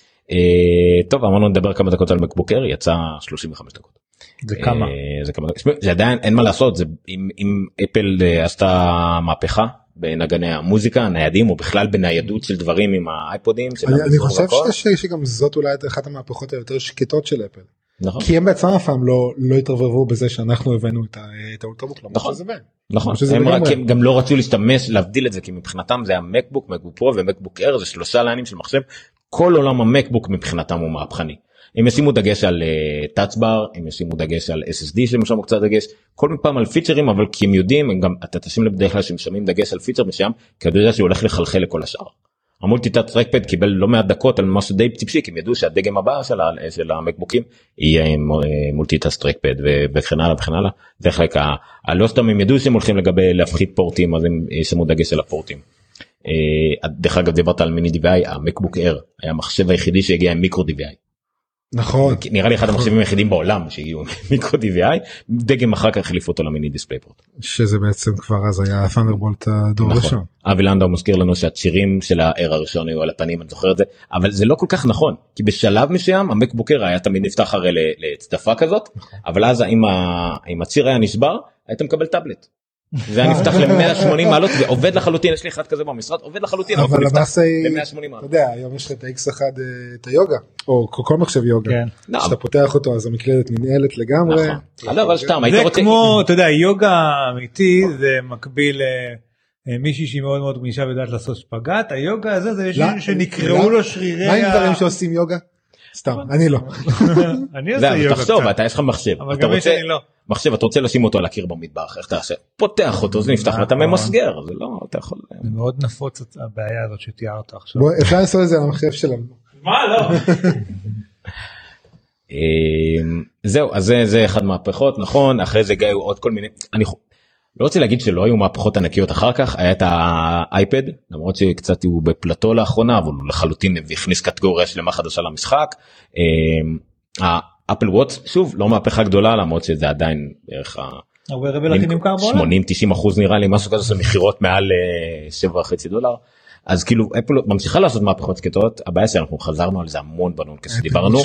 B: טוב, אמרנו נדבר כמה דקות על מקבוק אייר, יצא 35 דקות.
C: זה כמה?
B: זה עדיין אין מה לעשות, אם אפל עשתה מהפכה בנגני המוזיקה, הניידים או בכלל בניידות של דברים עם האייפודים.
D: אני חושב שגם זאת אולי אחת המהפכות היותר שקטות של אפל.
B: נכון.
D: כי הם בעצם אף פעם לא התרברבו בזה שאנחנו הבאנו את האולטרבוק,
B: נכון, נכון, הם גם לא רצו להשתמש, להבדיל את זה, כי מבחינתם זה המקבוק, מקבוק פרו ומקבוק אייר, זה 3 ליינים של מחשב, כל עולם המקבוק מבחינתם הוא מהפכני. הם ישימו דגש על טאצ'בר, הם ישימו דגש על SSD שמשם קצת דגש, כל פעם על פיצ'רים, אבל כי הם יודעים, הם גם, אתה תשים לבדרך כלל שמשמים דגש על פיצ'ר משם, כי אתה יודע שהוא הולך לחלחל לכל השאר. המולטי-טאץ' טרקפד קיבל לא מעט דקות על משהו די טיפשי, כי הם ידעו שהדגם הבא של המקבוקים יהיה עם מולטי-טאץ' טרקפד וכן הלאה וכן הלאה. זה חלק, לא סתם הם ידעו שהם הולכים לגבי להפחית פורטים, אז הם ישמו דגש על הפורטים. דרך אגב דיברת על מיני DVI, המקבוק אייר היה המחשב היחידי שהגיע עם מיקרו DVI.
D: נכון.
B: נראה לי אחד המחשבים היחידים בעולם שהגיעו עם מיקרו DVI, דגם אחר כך החליפו אותו למיני דיספלייפורט.
D: שזה בעצם כבר אז היה ת'נדרבולט הדור הראשון.
B: אבי לנדאו מזכיר לנו שהצירים של האייר הראשון היו על הפנים, אני זוכר את זה, אבל זה לא כל כך נכון, כי בשלב מסוים המקבוק אייר היה תמיד נפתח הרי לצדפה כזאת, אבל אז אם הציר היה נשבר, היית מקבל טאבלט. זה היה נפתח ל-180 מעלות ועובד לחלוטין, יש לי אחד כזה במשרד, עובד לחלוטין, אבל נפתח ל-180 מעלות. אתה
D: יודע, היום יש לך את ה-X1 את היוגה, או כל מחשב יוגה, כשאתה פותח אותו אז המקלדת ננעלת לגמרי.
C: זה כמו, אתה יודע, יוגה אמיתי זה מקביל מישהי שהיא מאוד מאוד גמישה ויודעת לעשות שפגאט, היוגה הזה זה שנקראו לו שרירי...
D: מה עם דברים שעושים יוגה? סתם, אני לא.
C: אני עושה יוגה.
B: תחשוב, אתה יש לך מחשב,
C: אבל גם יש אני לא.
B: מחשב, אתה רוצה לשים אותו על הקיר במטבח, איך אתה עושה? פותח אותו, זה נפתח ואתה ממסגר, זה לא, אתה יכול...
C: זה מאוד נפוץ הבעיה הזאת שתיארת עכשיו.
D: בוא, אפשר לעשות את זה על המחשב שלנו.
C: מה, לא?
B: זהו, אז זה אחד מהפכות, נכון, אחרי זה גאו עוד כל מיני, אני לא רוצה להגיד שלא היו מהפכות ענקיות אחר כך, היה את האייפד, למרות שקצת הוא בפלטו לאחרונה, אבל הוא לחלוטין הכניס קטגוריה שלמה חדשה למשחק, האפל וואטס, שוב, לא מהפכה גדולה, למרות שזה עדיין בערך 80-90% נראה לי, משהו כזה, זה מחירות מעל $7.5, אז כאילו אפל ממשיכה לעשות מהפכות שקטות, הבעיה שאנחנו חזרנו על זה המון בנונקסט, דיברנו,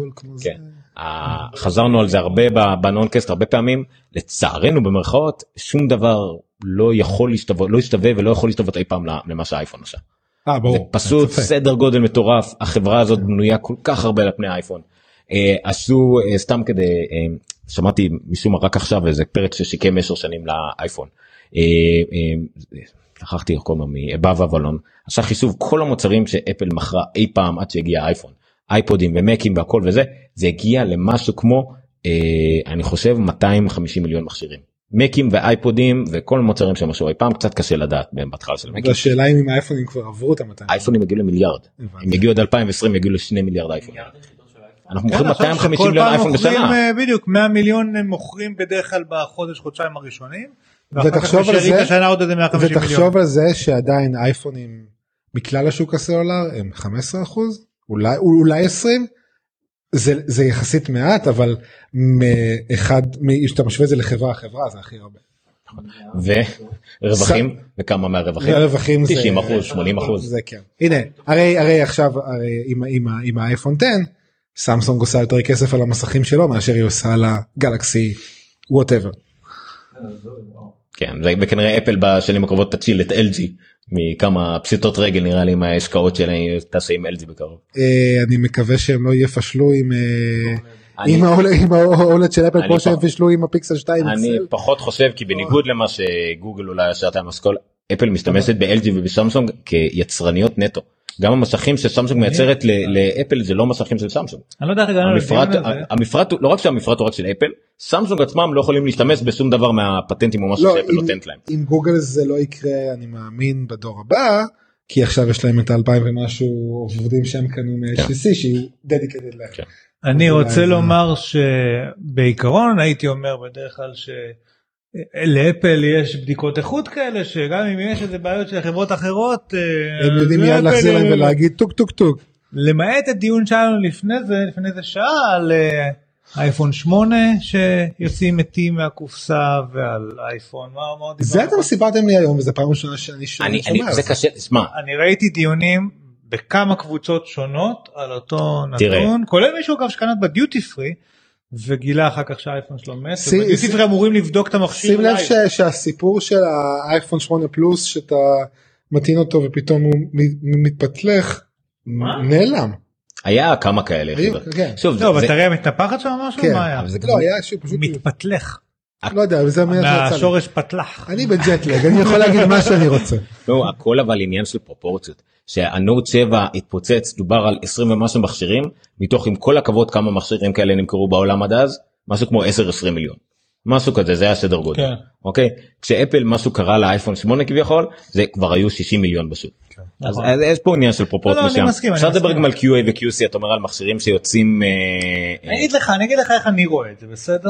B: חזרנו על זה הרבה בנונקסט, הרבה פעמים, לצערנו במרכאות, שום דבר לא יכול להשתווה, לא ישתווה ולא יכול להשתוות אי פעם למה שהאייפון עושה. זה פשוט סדר גודל מטורף, החברה הזאת בנויה כל כך הרבה לפני האייפון. עשו סתם כדי, שמעתי משום מה רק עכשיו איזה פרק ששיקם 10 שנים לאייפון. שכחתי איך קוראים מבאב אבלון, עשה חישוב כל המוצרים שאפל מכרה אי פעם עד שהגיע האייפון, אייפודים ומקים והכל וזה, זה הגיע למשהו כמו, אני חושב 250 מיליון מכשירים. מקים ואייפודים וכל מוצרים שמשהו אי פעם, קצת קשה לדעת בהתחלה של מקים.
D: השאלה אם האייפונים כבר עברו את ה-200.
B: האייפונים הגיעו למיליארד, הם הגיעו עד 2020 יגיעו ל2 מיליארד אייפון. אנחנו מוכרים 250 מיליון אייפון בשנה.
C: בדיוק 100 מיליון מוכרים בדרך כלל בחודש חודשיים הראשונים.
D: ותחשוב על זה שעדיין אייפונים מכלל השוק הסלולר הם 15%, אולי 20, זה יחסית מעט, אבל שאתה משווה את זה לחברה זה הכי הרבה.
B: ורווחים, וכמה מהרווחים? 90%, 80%.
D: זה כן. הנה, הרי עכשיו עם האייפון 10, סמסונג עושה יותר כסף על המסכים שלו, מאשר היא עושה על הגלקסי, whatever.
B: כן, וכנראה אפל בשנים הקרובות תציל את LG מכמה פשיטות רגל, נראה לי עם ההשקעות שלהם תעשה עם LG בקרוב.
D: אני מקווה שהם לא יפשלו עם ההולד של אפל כמו שהם פשלו עם הפיקסל 2.
B: אני פחות חושב, כי בניגוד למה שגוגל אולי השארת המשכול, אפל משתמשת ב-LG ובסמסונג כיצרניות נטו. גם המסכים שסמסונג מייצרת לאפל זה לא מסכים של סמסונג.
C: אני לא יודע איך
B: המפרט, לא רק שהמפרט הוא רק של אפל, סמסונג עצמם לא יכולים להשתמש בשום דבר מהפטנטים או משהו שאפל נותנת להם.
D: עם גוגל זה לא יקרה, אני מאמין בדור הבא, כי עכשיו יש להם את 2000 ומשהו עובדים שהם קנו מ-HTC שהיא dedicated להם.
C: אני רוצה לומר שבעיקרון הייתי אומר בדרך כלל לאפל יש בדיקות איכות כאלה, שגם אם יש איזה בעיות של חברות אחרות,
D: הם יודעים מיד להחזיר להם ולהגיד טוק טוק טוק.
C: למעט הדיון שלנו לפני זה שעה על אייפון 8 שיוצאים מתים מהקופסה, ועל אייפון, מה
D: זה אתם סיפרתם לי היום, וזה פעם ראשונה שאני שומע.
B: זה קשה, תשמע.
C: אני ראיתי דיונים בכמה קבוצות שונות על אותו נתון, כולל מישהו אגב שקנה בדיוטי פרי, וגילה אחר כך שהאייפון שלו מת, ובדיוטי אמורים לבדוק את המכשיר.
D: שים לב שהסיפור של האייפון 8 פלוס, שאתה מתאים אותו ופתאום הוא מתפתלך, נעלם.
B: היה כמה כאלה.
C: לא, בטריה מתנפחת שם משהו? מה היה?
D: לא, היה שפשוט
C: מתפתלך.
D: לא יודע, זה אומר שיצא לי.
C: מהשורש פתלח.
D: אני בג'טלג, אני יכול להגיד מה שאני רוצה.
B: לא, הכל אבל עניין של פרופורציות. שהנוט 7 התפוצץ, דובר על 20 ומשהו מכשירים, מתוך עם כל הכבוד כמה מכשירים כאלה נמכרו בעולם עד אז, משהו כמו 10-20 מיליון. משהו כזה, זה היה סדר גודל.
C: כן.
B: אוקיי? כשאפל משהו קרה לאייפון 8 כביכול, זה כבר היו 60 מיליון בשוק. כן. אז יש פה עניין של פרופורציות מסוים. אפשר לדבר גם על QA ו-QC, אתה אומר על מכשירים שיוצאים...
C: אני אגיד לך איך אני רואה את זה, בסדר?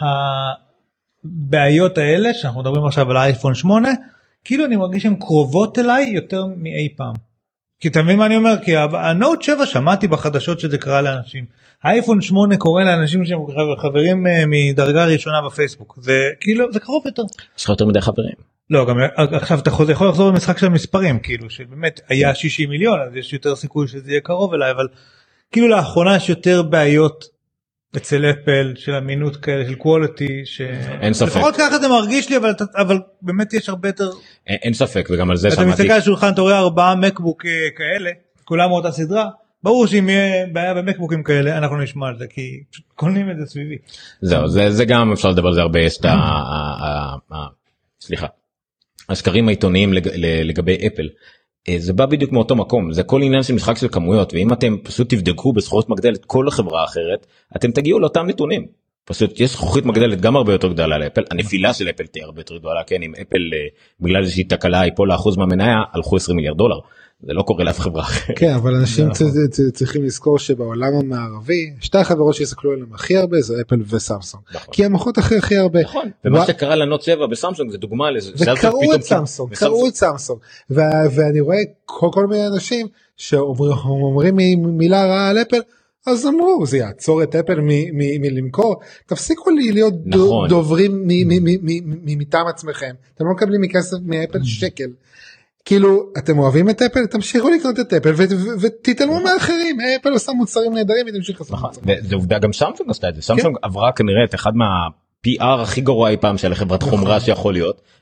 C: הבעיות האלה, שאנחנו מדברים עכשיו על האייפון 8, כאילו אני מרגיש שהן קרובות אליי יותר מאי פעם. כי אתה מבין מה אני אומר? כי הנוט 7 שמעתי בחדשות שזה קרה לאנשים. האייפון 8 קורא לאנשים שהם חברים מדרגה ראשונה בפייסבוק. זה כאילו, זה קרוב יותר.
B: יש לך יותר מדי חברים.
C: לא, גם עכשיו אתה יכול לחזור במשחק של המספרים, כאילו שבאמת היה 60 מיליון, אז יש יותר סיכוי שזה יהיה קרוב אליי, אבל כאילו לאחרונה יש יותר בעיות אצל אפל של אמינות כאלה, של quality,
B: אין ספק.
C: לפחות ככה זה מרגיש לי, אבל באמת יש הרבה יותר...
B: אין ספק, וגם על זה שמעתי...
C: אתה מסתכל על שולחן, אתה רואה 4 מקבוק כאלה, כולם מאותה סדרה, ברור שאם יהיה בעיה במקבוקים כאלה, אנחנו נשמע על זה, כי קונים את זה סביבי.
B: זהו, זה גם אפשר לדבר על זה הרבה, יש את סליחה, השקרים העיתוניים לגבי אפל, זה בא בדיוק מאותו מקום, זה כל עניין של משחק של כמויות, ואם אתם פשוט תבדקו בזכוכית מגדלת כל החברה האחרת, אתם תגיעו לאותם נתונים. פשוט יש זכוכית מגדלת גם הרבה יותר גדולה לאפל, הנפילה של אפל תהיה הרבה יותר גדולה, כן, אם אפל בגלל איזושהי תקלה ייפול לאחוז מהמניה, הלכו $20 מיליארד, זה לא קורה לאף חברה אחרת.
D: כן, אבל אנשים צריכים לזכור שבעולם המערבי, שתי החברות שיסתכלו עליהם הכי הרבה זה אפל וסמסונג, כי הם מוכרות הכי הרבה.
B: ומה שקרה לנוט 7 בסמסונג זה דוגמה לזה.
D: וקראו את סמסונג, ואני רואה כל מיני אנשים שאומרים מילה רעה על אפל, אז אמרו, זה יעצור את אפל מלמכור, תפסיקו להיות דוברים מטעם עצמכם, אתם לא מקבלים מכסף מאפל שקל, כאילו אתם אוהבים את אפל, תמשיכו לקנות את אפל ותתעלמו מאחרים, אפל עושה מוצרים נהדרים ותמשיך לעשות מוצרים.
B: וזה עובדה גם סמסונג עשתה את זה, סמסונג עברה כנראה את אחד מה-PR הכי גרוע אי פעם של חברת חומרה שיכול להיות,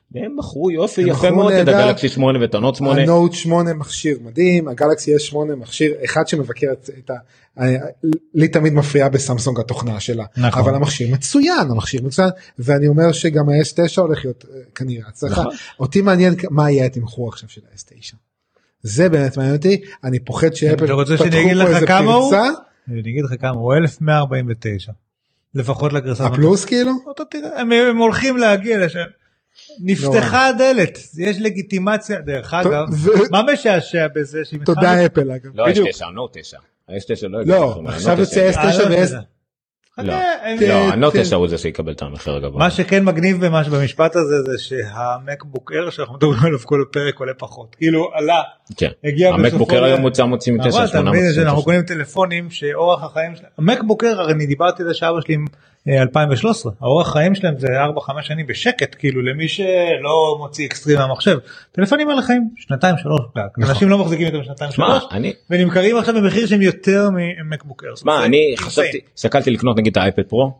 B: הם בחרו יופי יפה מאוד את הגלקסי 8 ואת הנוט 8.
D: הנוט 8 מכשיר מדהים, הגלקסי S8 מכשיר אחד שמבקר את לי תמיד מפריעה בסמסונג התוכנה שלה, אבל המכשיר מצוין, ואני אומר שגם ה-S9 הולך להיות כנראה הצלחה. אותי מעניין מה יהיה התמחור עכשיו של ה-S9. זה באמת מעניין אותי, אני פוחד שאפל
C: פתחו פה איזה פרצה. אני אגיד לך כמה, הוא 1149. לפחות לגרסה.
D: הפלוס כאילו?
C: הם הולכים להגיע לשם. נפתחה הדלת, יש לגיטימציה, דרך אגב, מה משעשע בזה?
D: תודה אפל אגב.
B: לא, יש 9, הנוט 9. ה-S9 לא יגיע.
D: לא, עכשיו יוצא S9 ו-S...
B: לא, הנוט 9 הוא זה שיקבל את המחיר הגבוה.
C: מה שכן מגניב במשפט הזה, זה שהמקבוק אייר שאנחנו מדברים עליו כל הפרק עולה פחות. כאילו עלה, הגיע בסופו...
B: המקבוק אייר היום מוצא מוצאים 9, 800.
C: אבל אתה מבין שאנחנו קונים טלפונים שאורח החיים שלהם... המקבוק אייר, הרי אני דיברתי על שאבא שלי 2013, האורח חיים שלהם זה 4-5 שנים בשקט, כאילו למי שלא מוציא אקסטרים מהמחשב. טלפונים על החיים, 2-3, אנשים לא מחזיקים יותר 2-3, ונמכרים עכשיו במחיר שהם יותר ממקבוק אייר.
B: מה, אני חשבתי, שקלתי לקנות נגיד את האייפד פרו,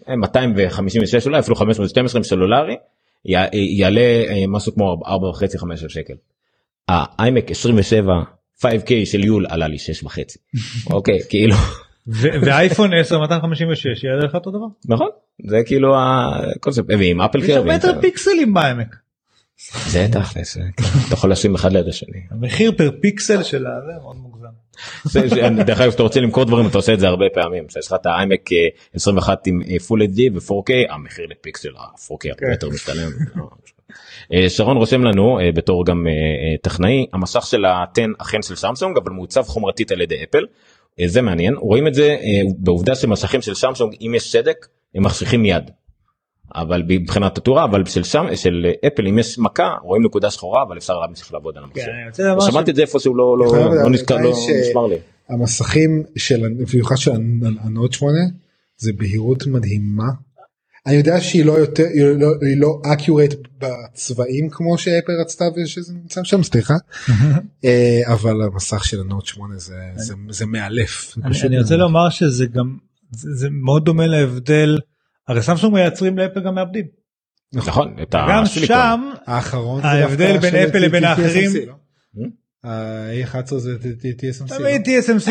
B: 256 אולי, אפילו 512 עם סלולרי, יעלה משהו כמו 4.5-5 שקל. האיימק 27 5K של יול עלה לי 6.5. אוקיי, כאילו...
C: ואייפון 10 256 יעלה לך אותו דבר?
B: נכון, זה כאילו הקונספט, ועם אפל קר.
C: יש הרבה יותר פיקסלים בעמק.
B: זה תכלס, אתה יכול לשים אחד ליד השני.
C: המחיר פר פיקסל של זה מאוד מוגזם.
B: דרך אגב, אתה רוצה למכור דברים, אתה עושה את זה הרבה פעמים. יש לך את האיימק 21 עם Full HD ו-4K, המחיר לפיקסל, 4K הרבה יותר משתלם. שרון רושם לנו, בתור גם טכנאי, המסך של ה-10 אכן של סמסונג, אבל מעוצב חומרתית על ידי אפל. זה מעניין, רואים את זה בעובדה שמסכים של סמסונג, אם יש צדק, הם מחשיכים מיד. אבל מבחינת התאורה, אבל של אפל, אם יש מכה, רואים נקודה שחורה, אבל אפשר להמשיך לעבוד על המחשב. שמעתי את זה איפה שהוא לא נשמר לי.
D: המסכים במיוחד של הנוט 8, זה בהירות מדהימה. אני יודע שהיא לא אקיורט בצבעים כמו שאפל רצתה ושזה נמצא שם, סליחה, אבל המסך של הנוט 8 זה מאלף.
C: אני רוצה לומר שזה גם, זה מאוד דומה להבדל, הרי סמסונג מייצרים לאפל גם מעבדים.
B: נכון,
C: גם שם ההבדל בין אפל לבין האחרים,
D: ה-A11 זה TSMC.
C: תמיד TSMC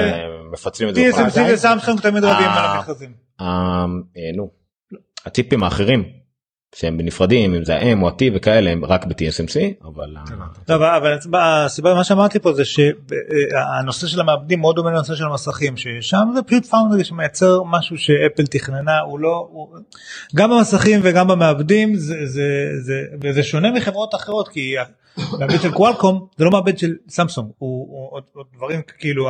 C: וסמסונג תמיד רבים על המכרזים.
B: נו. הציפים האחרים שהם בנפרדים, אם זה ה-M או ה-T וכאלה, הם רק ב-TSMC, אבל...
C: טוב, אבל הסיבה, מה שאמרתי פה זה שהנושא של המעבדים מאוד דומה לנושא של המסכים, ששם זה פשוט פאונדרי שמייצר משהו שאפל תכננה, הוא לא... גם במסכים וגם במעבדים, וזה שונה מחברות אחרות, כי המעבד של קואלקום, זה לא מעבד של סמסונג, הוא דברים כאילו...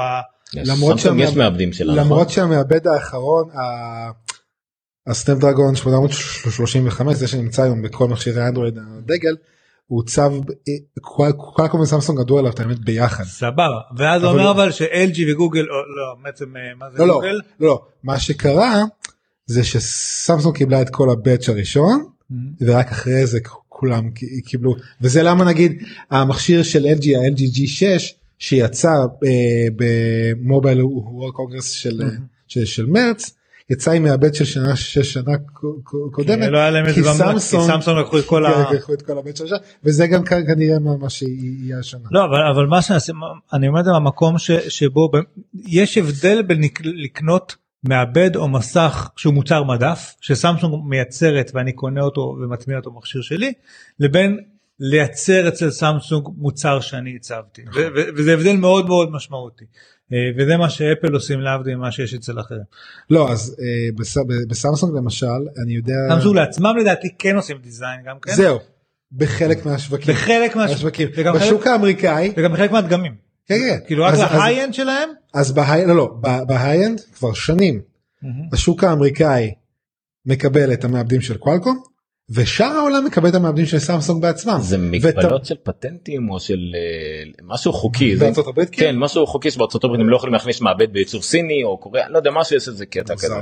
D: למרות שהמעבד האחרון, הסנאפדרגון 835, זה שנמצא היום בכל מכשירי אנדרואיד הדגל, הוא צו, קואלקום וסמסונג גדול עליו, האמת ביחד.
C: סבבה, ואז הוא אומר אבל ש-LG וגוגל, לא, בעצם, מה זה גוגל?
D: לא, מה שקרה, זה שסמסונג קיבלה את כל הבאץ' הראשון, ורק אחרי זה כולם קיבלו, וזה למה נגיד, המכשיר של LG, ה-LG G6, שיצא במובייל וורלד קונגרס של מרץ, יצא עם מעבד של שנה קודמת,
C: כי סמסונג לקחו את כל
D: הבית של השנה, וזה גם כנראה מה שיהיה השנה.
C: לא, אבל מה שאני אומר את זה במקום שבו יש הבדל בין לקנות מעבד או מסך שהוא מוצר מדף, שסמסונג מייצרת ואני קונה אותו ומטמיע אותו במכשיר שלי, לבין לייצר אצל סמסונג מוצר שאני הצבתי, וזה הבדל מאוד מאוד משמעותי. וזה מה שאפל עושים להבדיל ממה שיש אצל אחרים.
D: לא, אז בסמסונג למשל, אני יודע...
C: סמסונג לעצמם לדעתי כן עושים דיזיין גם כן.
D: זהו, בחלק מהשווקים.
C: בחלק מהשווקים.
D: בשוק האמריקאי.
C: וגם בחלק מהדגמים.
D: כן, כן.
C: כאילו רק להיי-אנד שלהם?
D: אז בהיי-אנד כבר שנים. השוק האמריקאי מקבל את המעבדים של קואלקום, ושאר העולם מקבל את המעבדים של סמסונג בעצמם.
B: זה מגבלות של פטנטים או של משהו חוקי.
D: בארצות הברית?
B: כן, משהו חוקי שבארצות הברית הם לא יכולים להכניס מעבד בייצור סיני או קוריאה, לא יודע, משהו יש איזה קטע כזה.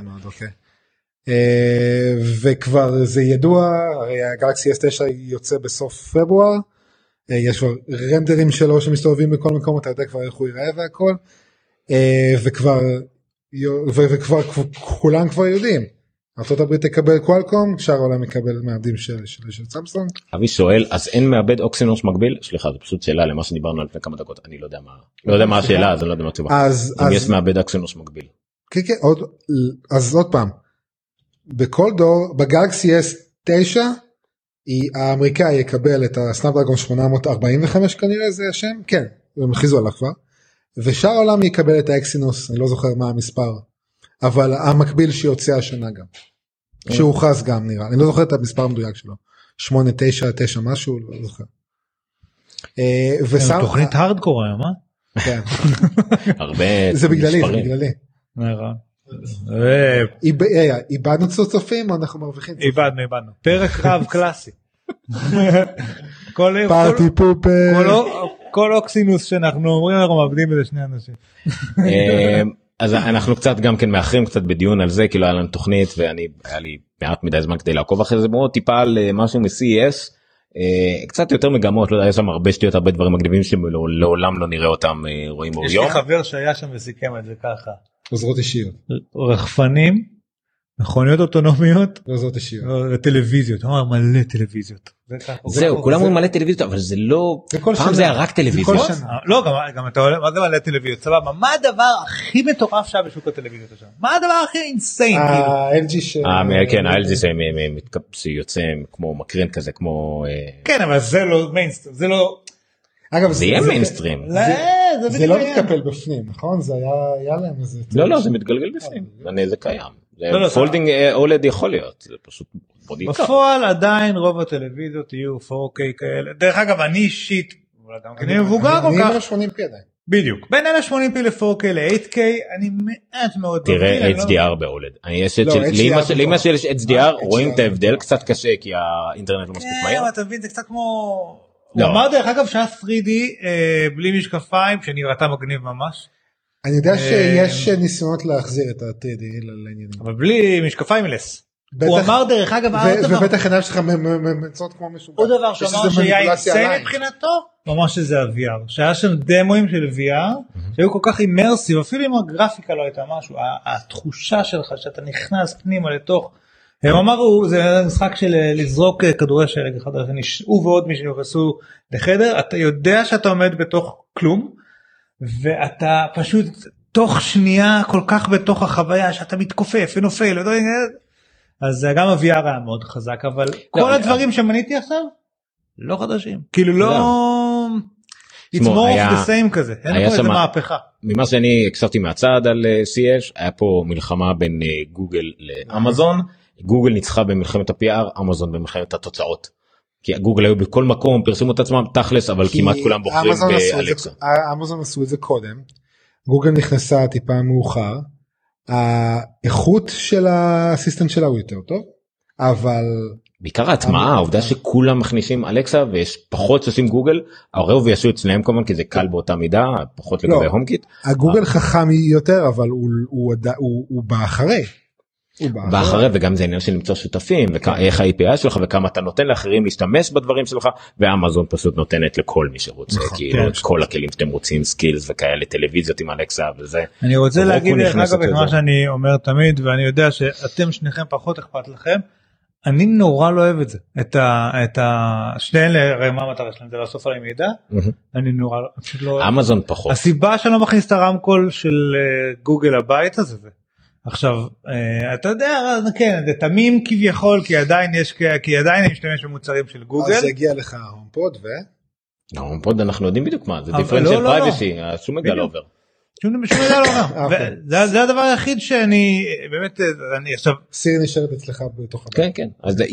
D: וכבר זה ידוע, הרי הגלקסי S9 יוצא בסוף פברואר, יש כבר רנדרים שלו שמסתובבים בכל מקום, אתה יודע כבר איך הוא ייראה והכל, וכבר כולם כבר יודעים. ארצות הברית תקבל קואלקום, שאר העולם יקבל מעבדים של סמסונג.
B: אבי שואל, אז אין מעבד אוקסינוס מקביל? סליחה, זו פשוט שאלה למה שדיברנו לפני כמה דקות, אני לא יודע מה השאלה, אז אני לא יודע מה התשובה. אם יש מעבד אוקסינוס מקביל.
D: כן, כן, אז עוד פעם, בכל דור, בגלקסי S9, האמריקאי יקבל את הסנאפדרגון 845 כנראה זה השם, כן, הם הכריזו עליו כבר, ושאר העולם יקבל את האקסינוס, אני לא זוכר מה המספר, אבל המקביל שיוצא השנה גם, שהוכרז גם נראה, אני לא זוכר את המספר המדויק שלו, 899 משהו, לא זוכר.
C: תוכנית הארדקור היום,
D: כן.
B: הרבה
D: זה בגללי, זה בגללי. איבדנו צופים או אנחנו מרוויחים?
C: איבדנו. פרק רב קלאסי.
D: פארטי פופר.
C: כל אוקסינוס שאנחנו אומרים אנחנו מאבדים בזה שני אנשים.
B: אז אנחנו קצת גם כן מאחרים קצת בדיון על זה, כאילו היה לנו תוכנית והיה לי מעט מדי זמן כדי לעקוב אחרי זה, מאוד טיפה על משהו מ-CES, קצת יותר מגמות, לא יודע, יש שם הרבה שטויות, הרבה דברים מגניבים שלעולם לא נראה אותם רואים אור יום.
C: יש לי חבר שהיה שם וסיכם את זה ככה.
D: עוזרות אישיות.
C: רחפנים, מכוניות אוטונומיות,
D: עוזרות אישיות.
C: וטלוויזיות, מלא טלוויזיות.
B: זהו, כולם אומרים מלא טלוויזיות, אבל זה לא, פעם זה היה רק טלוויזיות.
C: לא, גם אתה עולה, מה זה מלא טלוויזיות? סבבה, מה הדבר הכי מטורף שהיה בשוק הטלוויזיות שם? מה הדבר הכי אינסיין?
D: ה-LG ש...
B: כן, ה-LG שיוצא כמו מקרין כזה, כמו...
C: כן, אבל זה לא מיינסטרים, זה לא...
B: אגב, זה יהיה מיינסטרים.
D: זה לא מתקפל בפנים, נכון? זה היה להם איזה...
B: לא, זה מתגלגל בפנים, זה קיים. פולדינג אולד יכול להיות, זה פשוט בודיקה.
C: בפועל עדיין רוב הטלוויזיות יהיו 4K כאלה. דרך אגב, אני אישית, אני מבוגר כל כך.
D: אני 1080p עדיין.
C: בדיוק. בין 1080p ל-4K ל-8K, אני מעט מאוד...
B: תראה HDR באולד. לאמא שלי יש HDR, רואים את ההבדל, קצת קשה כי האינטרנט לא מספיק מהר.
C: כן, אתה מבין, זה קצת כמו... הוא אמר דרך אגב שהיה 3D בלי משקפיים, שנראתה מגניב ממש.
D: אני יודע שיש ניסיונות להחזיר את ה-3D לעניינים.
C: אבל בלי משקפיים לס. הוא אמר דרך אגב,
D: ובטח עיניים שלך מצאות כמו משוגע.
C: עוד דבר שאמר שהיה אינסן מבחינתו, ממש שזה ה-VR. שהיה שם דמוים של VR, שהיו כל כך אימרסיב, אפילו אם הגרפיקה לא הייתה משהו, התחושה שלך שאתה נכנס פנימה לתוך, הם אמרו, זה משחק של לזרוק כדורי שלג אחד, הוא ועוד מי שנכנסו לחדר, אתה יודע שאתה עומד בתוך כלום, ואתה פשוט תוך שנייה כל כך בתוך החוויה שאתה מתכופף ונופל, אז גם ה-VR היה מאוד חזק, אבל כל הדברים שמניתי עכשיו, לא חדשים, כאילו לא, it's more of the same כזה, אין פה איזה מהפכה.
B: ממה שאני הקשבתי מהצד על CES, היה פה מלחמה בין גוגל לאמזון, גוגל ניצחה במלחמת ה-PR, אמזון במלחמת התוצאות. כי גוגל היו בכל מקום, פרסמו את עצמם תכלס, אבל כמעט כולם בוחרים באלקסה.
D: אמזון עשו את זה קודם, גוגל נכנסה טיפה מאוחר, האיכות של הסיסטנט שלה הוא יותר טוב, אבל...
B: בעיקר ההטמעה, העובדה שכולם מכניסים אלקסה ויש פחות שעושים גוגל, הרוב יעשו אצלם כמובן כי זה קל באותה מידה, פחות לגבי הומקיט.
D: הגוגל חכם יותר, אבל הוא באחרי.
B: באחרי, וגם זה עניין של למצוא שותפים, ואיך ה-API שלך וכמה אתה נותן לאחרים להשתמש בדברים שלך, ואמזון פשוט נותנת לכל מי שרוצה, כאילו את כל הכלים שאתם רוצים, סקילס וכאלה, טלוויזיה עם אלקסה וזה.
C: אני רוצה להגיד לך אגב את מה שאני אומר תמיד, ואני יודע שאתם שניכם פחות אכפת לכם, אני נורא לא אוהב את זה, את שניהם, הרי מה המטרה שלהם, זה לאסוף עליהם מידע, אני נורא לא...
B: אמזון פחות.
C: הסיבה שאני לא מכניס את הרמקול של גוגל הבית הזה, עכשיו, אתה יודע, כן, זה תמים כביכול, כי עדיין אני משתמש במוצרים של גוגל.
D: אז יגיע לך הומפוד
B: ההומפוד אנחנו יודעים בדיוק מה, זה דיפרנציאל פרייבסי, שום מידע לא עובר.
C: שום מידע לא עובר. זה הדבר היחיד שאני, באמת, אני עכשיו...
D: סיר נשארת אצלך בתוך...
B: כן, כן, אז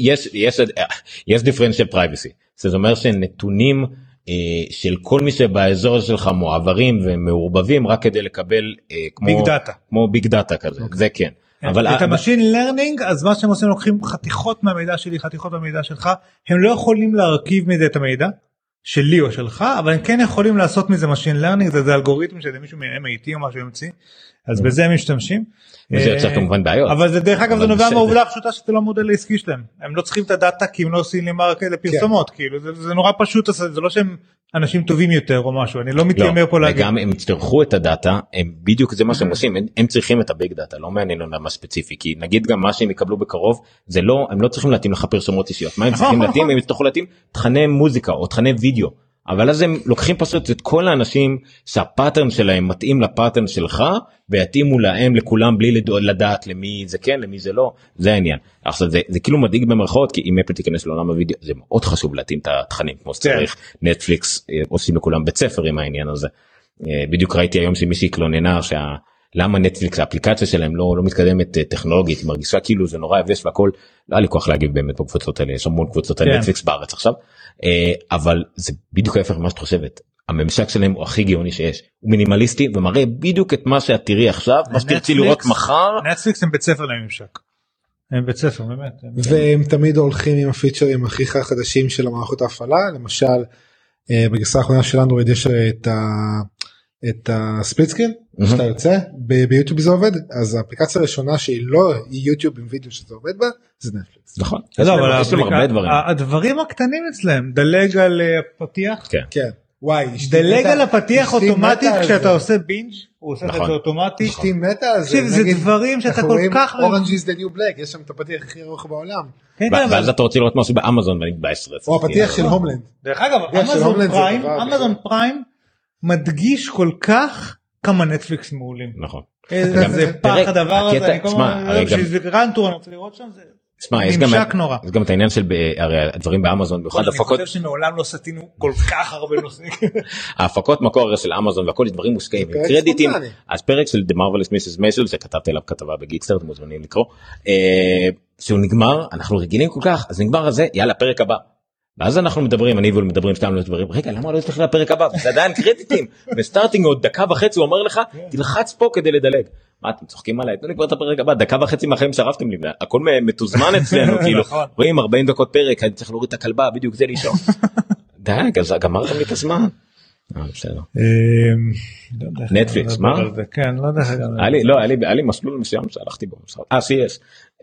B: יש דיפרנציאל פרייבסי, זאת אומרת שנתונים... של כל מי שבאזור שלך מועברים ומעורבבים רק כדי לקבל כמו ביג דאטה כזה, זה כן.
C: את המשין לרנינג, אז מה שהם עושים לוקחים חתיכות מהמידע שלי, חתיכות מהמידע שלך, הם לא יכולים להרכיב מזה את המידע שלי או שלך, אבל הם כן יכולים לעשות מזה משין לרנינג, זה אלגוריתם שזה מישהו מ-MIT או משהו אמצעי, אז בזה הם משתמשים.
B: וזה יוצר כמובן בעיות.
C: אבל זה דרך אגב זה נובע מהעובדה הפשוטה שאתה לא מודל לעסקי שלהם. הם לא צריכים את הדאטה כי הם לא עושים לי מרקט לפרסומות, כאילו זה נורא פשוט, זה לא שהם אנשים טובים יותר או משהו, אני לא מתיימר פה להגיד.
B: וגם הם יצטרכו את הדאטה, הם בדיוק זה מה שהם עושים, הם צריכים את הביג דאטה, לא מעניין אותם מה ספציפי, כי נגיד גם מה שהם יקבלו בקרוב, זה לא, הם לא צריכים להתאים לך פרסומות אישיות, מה הם צריכים להתאים? הם יצטרכו להתאים תכני מוזיקה או תכני וידאו, אבל אז הם לוקחים פשוט את כל האנשים שהפאטרן שלהם מתאים לפאטרן שלך, ויתאימו להם לכולם בלי לדעת למי זה כן, למי זה לא, זה העניין. עכשיו זה כאילו מדאיג במרכאות, כי אם אפל תיכנס לעולם הוידאו, זה מאוד חשוב להתאים את התכנים כמו שצריך, נטפליקס עושים לכולם בית ספר עם העניין הזה. בדיוק ראיתי היום שמישהי התלוננה למה נטפליקס האפליקציה שלהם לא מתקדמת טכנולוגית, היא מרגישה כאילו זה נורא יבש והכל, לא היה לי כוח להגיב באמת בקבוצות האלה, יש המון קבוצות על נטפליקס בארץ עכשיו, אבל זה בדיוק ההפך ממה שאת חושבת, הממשק שלהם הוא הכי גאוני שיש, הוא מינימליסטי ומראה בדיוק את מה שאת תראי עכשיו, מה שתרצי לראות מחר.
C: נטפליקס הם בית ספר לממשק, הם בית ספר באמת.
D: והם תמיד הולכים עם הפיצ'רים הכי חדשים של המערכות ההפעלה, למשל בגרסה האחרונה של אנדרואיד יש את הספליט סקרין, שאתה יוצא, ביוטיוב זה עובד, אז האפליקציה הראשונה שהיא לא יוטיוב עם וידאו שזה עובד בה, זה נטפליקס.
B: נכון,
C: יש להם הרבה דברים. הדברים הקטנים אצלם, דלג על הפתיח.
B: כן.
D: וואי,
C: דלג על הפתיח אוטומטית כשאתה עושה בינג' הוא עושה את זה אוטומטית.
D: אשתי מתה על זה.
C: זה דברים שאתה כל כך...
D: Orange is the new black, יש שם את הפתיח הכי ארוך בעולם.
B: ואז אתה רוצה לראות משהו באמזון ואני ב-10.
D: או הפתיח של הומלנד.
C: דרך אגב, אמזון פריים מדגיש כל כך כמה נטפליקס מעולים.
B: נכון.
C: זה פח הדבר הזה, אני כל הזמן שזה רנטור, אני רוצה לראות שם, זה ממשק נורא.
B: יש גם את העניין של הדברים באמזון,
C: אני חושב שמעולם לא סתינו כל כך הרבה נושאים.
B: ההפקות מקור של אמזון והכל יש דברים מושקעים, קרדיטים, אז פרק של The Marvelous Mrs. Maisel שכתבתי עליו כתבה בגיקסטר, אתם מוזמנים לקרוא, שהוא נגמר, אנחנו רגילים כל כך, אז נגמר הזה, יאללה פרק הבא. ואז אנחנו מדברים, אני ומדברים שתיים לדברים, רגע למה לא תלך לפרק הבא, זה עדיין קרדיטים, וסטארטינג עוד דקה וחצי הוא אומר לך, תלחץ פה כדי לדלג. מה אתם צוחקים עליי, תנו לי כבר את הפרק הבא, דקה וחצי מהחיים שרפתם לי, הכל מתוזמן אצלנו, כאילו, רואים 40 דקות פרק, אני צריך להוריד את הכלבה, בדיוק זה לישון. די, אז גמרתם לי את הזמן. בסדר. נטפליקס, מה?
C: כן, לא יודע.
B: היה לי מסלול מסוים שהלכתי בו. שיש.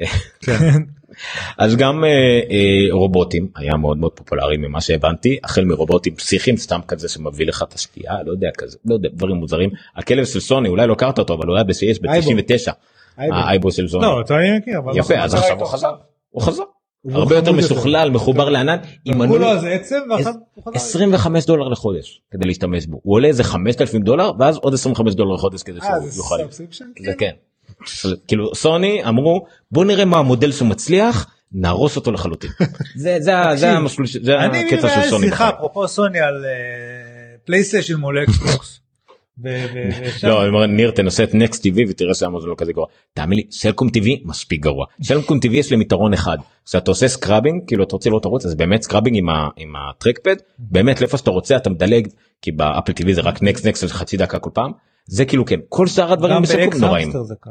B: אז גם רובוטים היה מאוד מאוד פופולרי ממה שהבנתי, החל מרובוטים פסיכיים סתם כזה שמביא לך את השתייה, לא יודע כזה, לא יודע, דברים מוזרים. הכלב של סוני אולי לא הכרת אותו, אבל הוא היה ב-CS ב-99, האייבו של סוני.
C: לא, אני מכיר.
B: יפה, אז עכשיו הוא חזר. הרבה יותר משוכלל, מחובר לענן, עם מנוי $25 לחודש כדי להשתמש בו, הוא עולה איזה $5,000 ואז עוד $25 לחודש כדי שהוא יוכל. זה כן. כאילו סוני אמרו בוא נראה מה המודל שמצליח נהרוס אותו לחלוטין. זה המסלול, זה הקטע של סוני.
C: סליחה, אפרופו סוני על פלייסטיישן מול אקסבוקס.
B: לא, ניר תנסה את נקסט TV ותראה שאמזון לא כזה גרוע. תאמין לי, סלקום TV מספיק גרוע. סלקום TV יש להם יתרון אחד, כשאתה עושה סקראבינג, כאילו אתה רוצה לא תרוץ, אז באמת סקראבינג עם הטרקפד, באמת לאיפה שאתה רוצה אתה מדלג, כי באפל TV זה רק נקסט של חצי דקה כל פעם, זה כאילו כן, כל שאר הדברים בסלקום נוראים.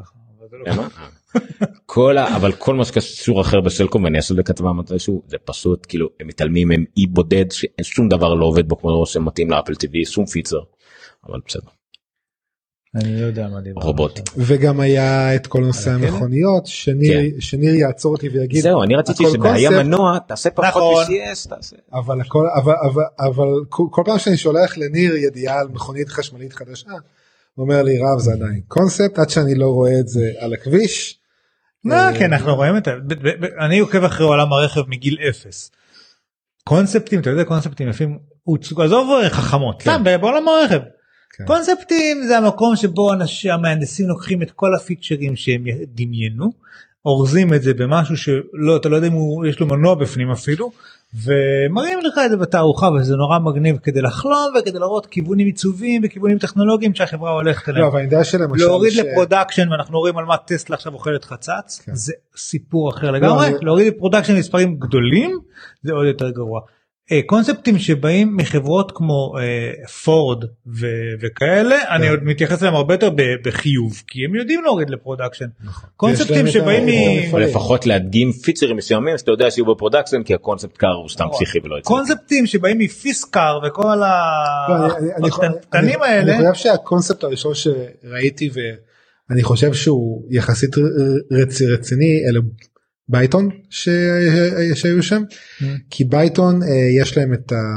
B: אבל כל מה שקשור אחר בסלקום, ואני אעשה לכתבה מתישהו, זה פשוט כאילו הם מתעלמים, הם אי בודד, שום דבר לא עובד בו כמו שמתאים לאפל TV, שום פיצר. אבל בסדר.
C: אני לא יודע מה דיבר.
B: רובוטים.
D: וגם היה את כל נושא המכוניות, שניר יעצור אותי ויגיד.
B: זהו, אני רציתי שבהיה מנוע, תעשה פחות PCS, תעשה.
D: אבל כל פעם שאני שולח לניר ידיעה על מכונית חשמלית חדשה, הוא אומר לי רב זה עדיין קונספט, עד שאני לא רואה את זה על הכביש.
C: כן, אנחנו רואים את זה. אני עוקב אחרי עולם הרכב מגיל 0. קונספטים, אתה יודע, קונספטים יפים, עזוב חכמות, בעולם הרכב. קונספטים זה המקום שבו המהנדסים לוקחים את כל הפיצ'רים שהם דמיינו, אורזים את זה במשהו שלא, אתה לא יודע אם יש לו מנוע בפנים אפילו, ומראים לך את זה בתערוכה, וזה נורא מגניב כדי לחלום וכדי לראות כיוונים עיצוביים וכיוונים טכנולוגיים שהחברה הולכת אליהם. להוריד לפרודקשן, ואנחנו רואים על מה טסלה עכשיו אוכלת חצץ, זה סיפור אחר לגמרי, להוריד לפרודקשן מספרים גדולים, זה עוד יותר גרוע. קונספטים שבאים מחברות כמו פורד וכאלה, אני עוד מתייחס להם הרבה יותר בחיוב, כי הם יודעים להוריד לפרודקשן. קונספטים שבאים
B: לפחות להדגים פיצ'רים מסוימים, שאתה יודע שיהיו בפרודקשן, כי הקונספט קאר הוא סתם פסיכי ולא יצא.
C: קונספטים שבאים מפיסקאר וכל הקטנים האלה.
D: אני חושב שהקונספט הראשון שראיתי, ואני חושב שהוא יחסית רציני, אלה בייטון שהיו שם, כי בייטון יש להם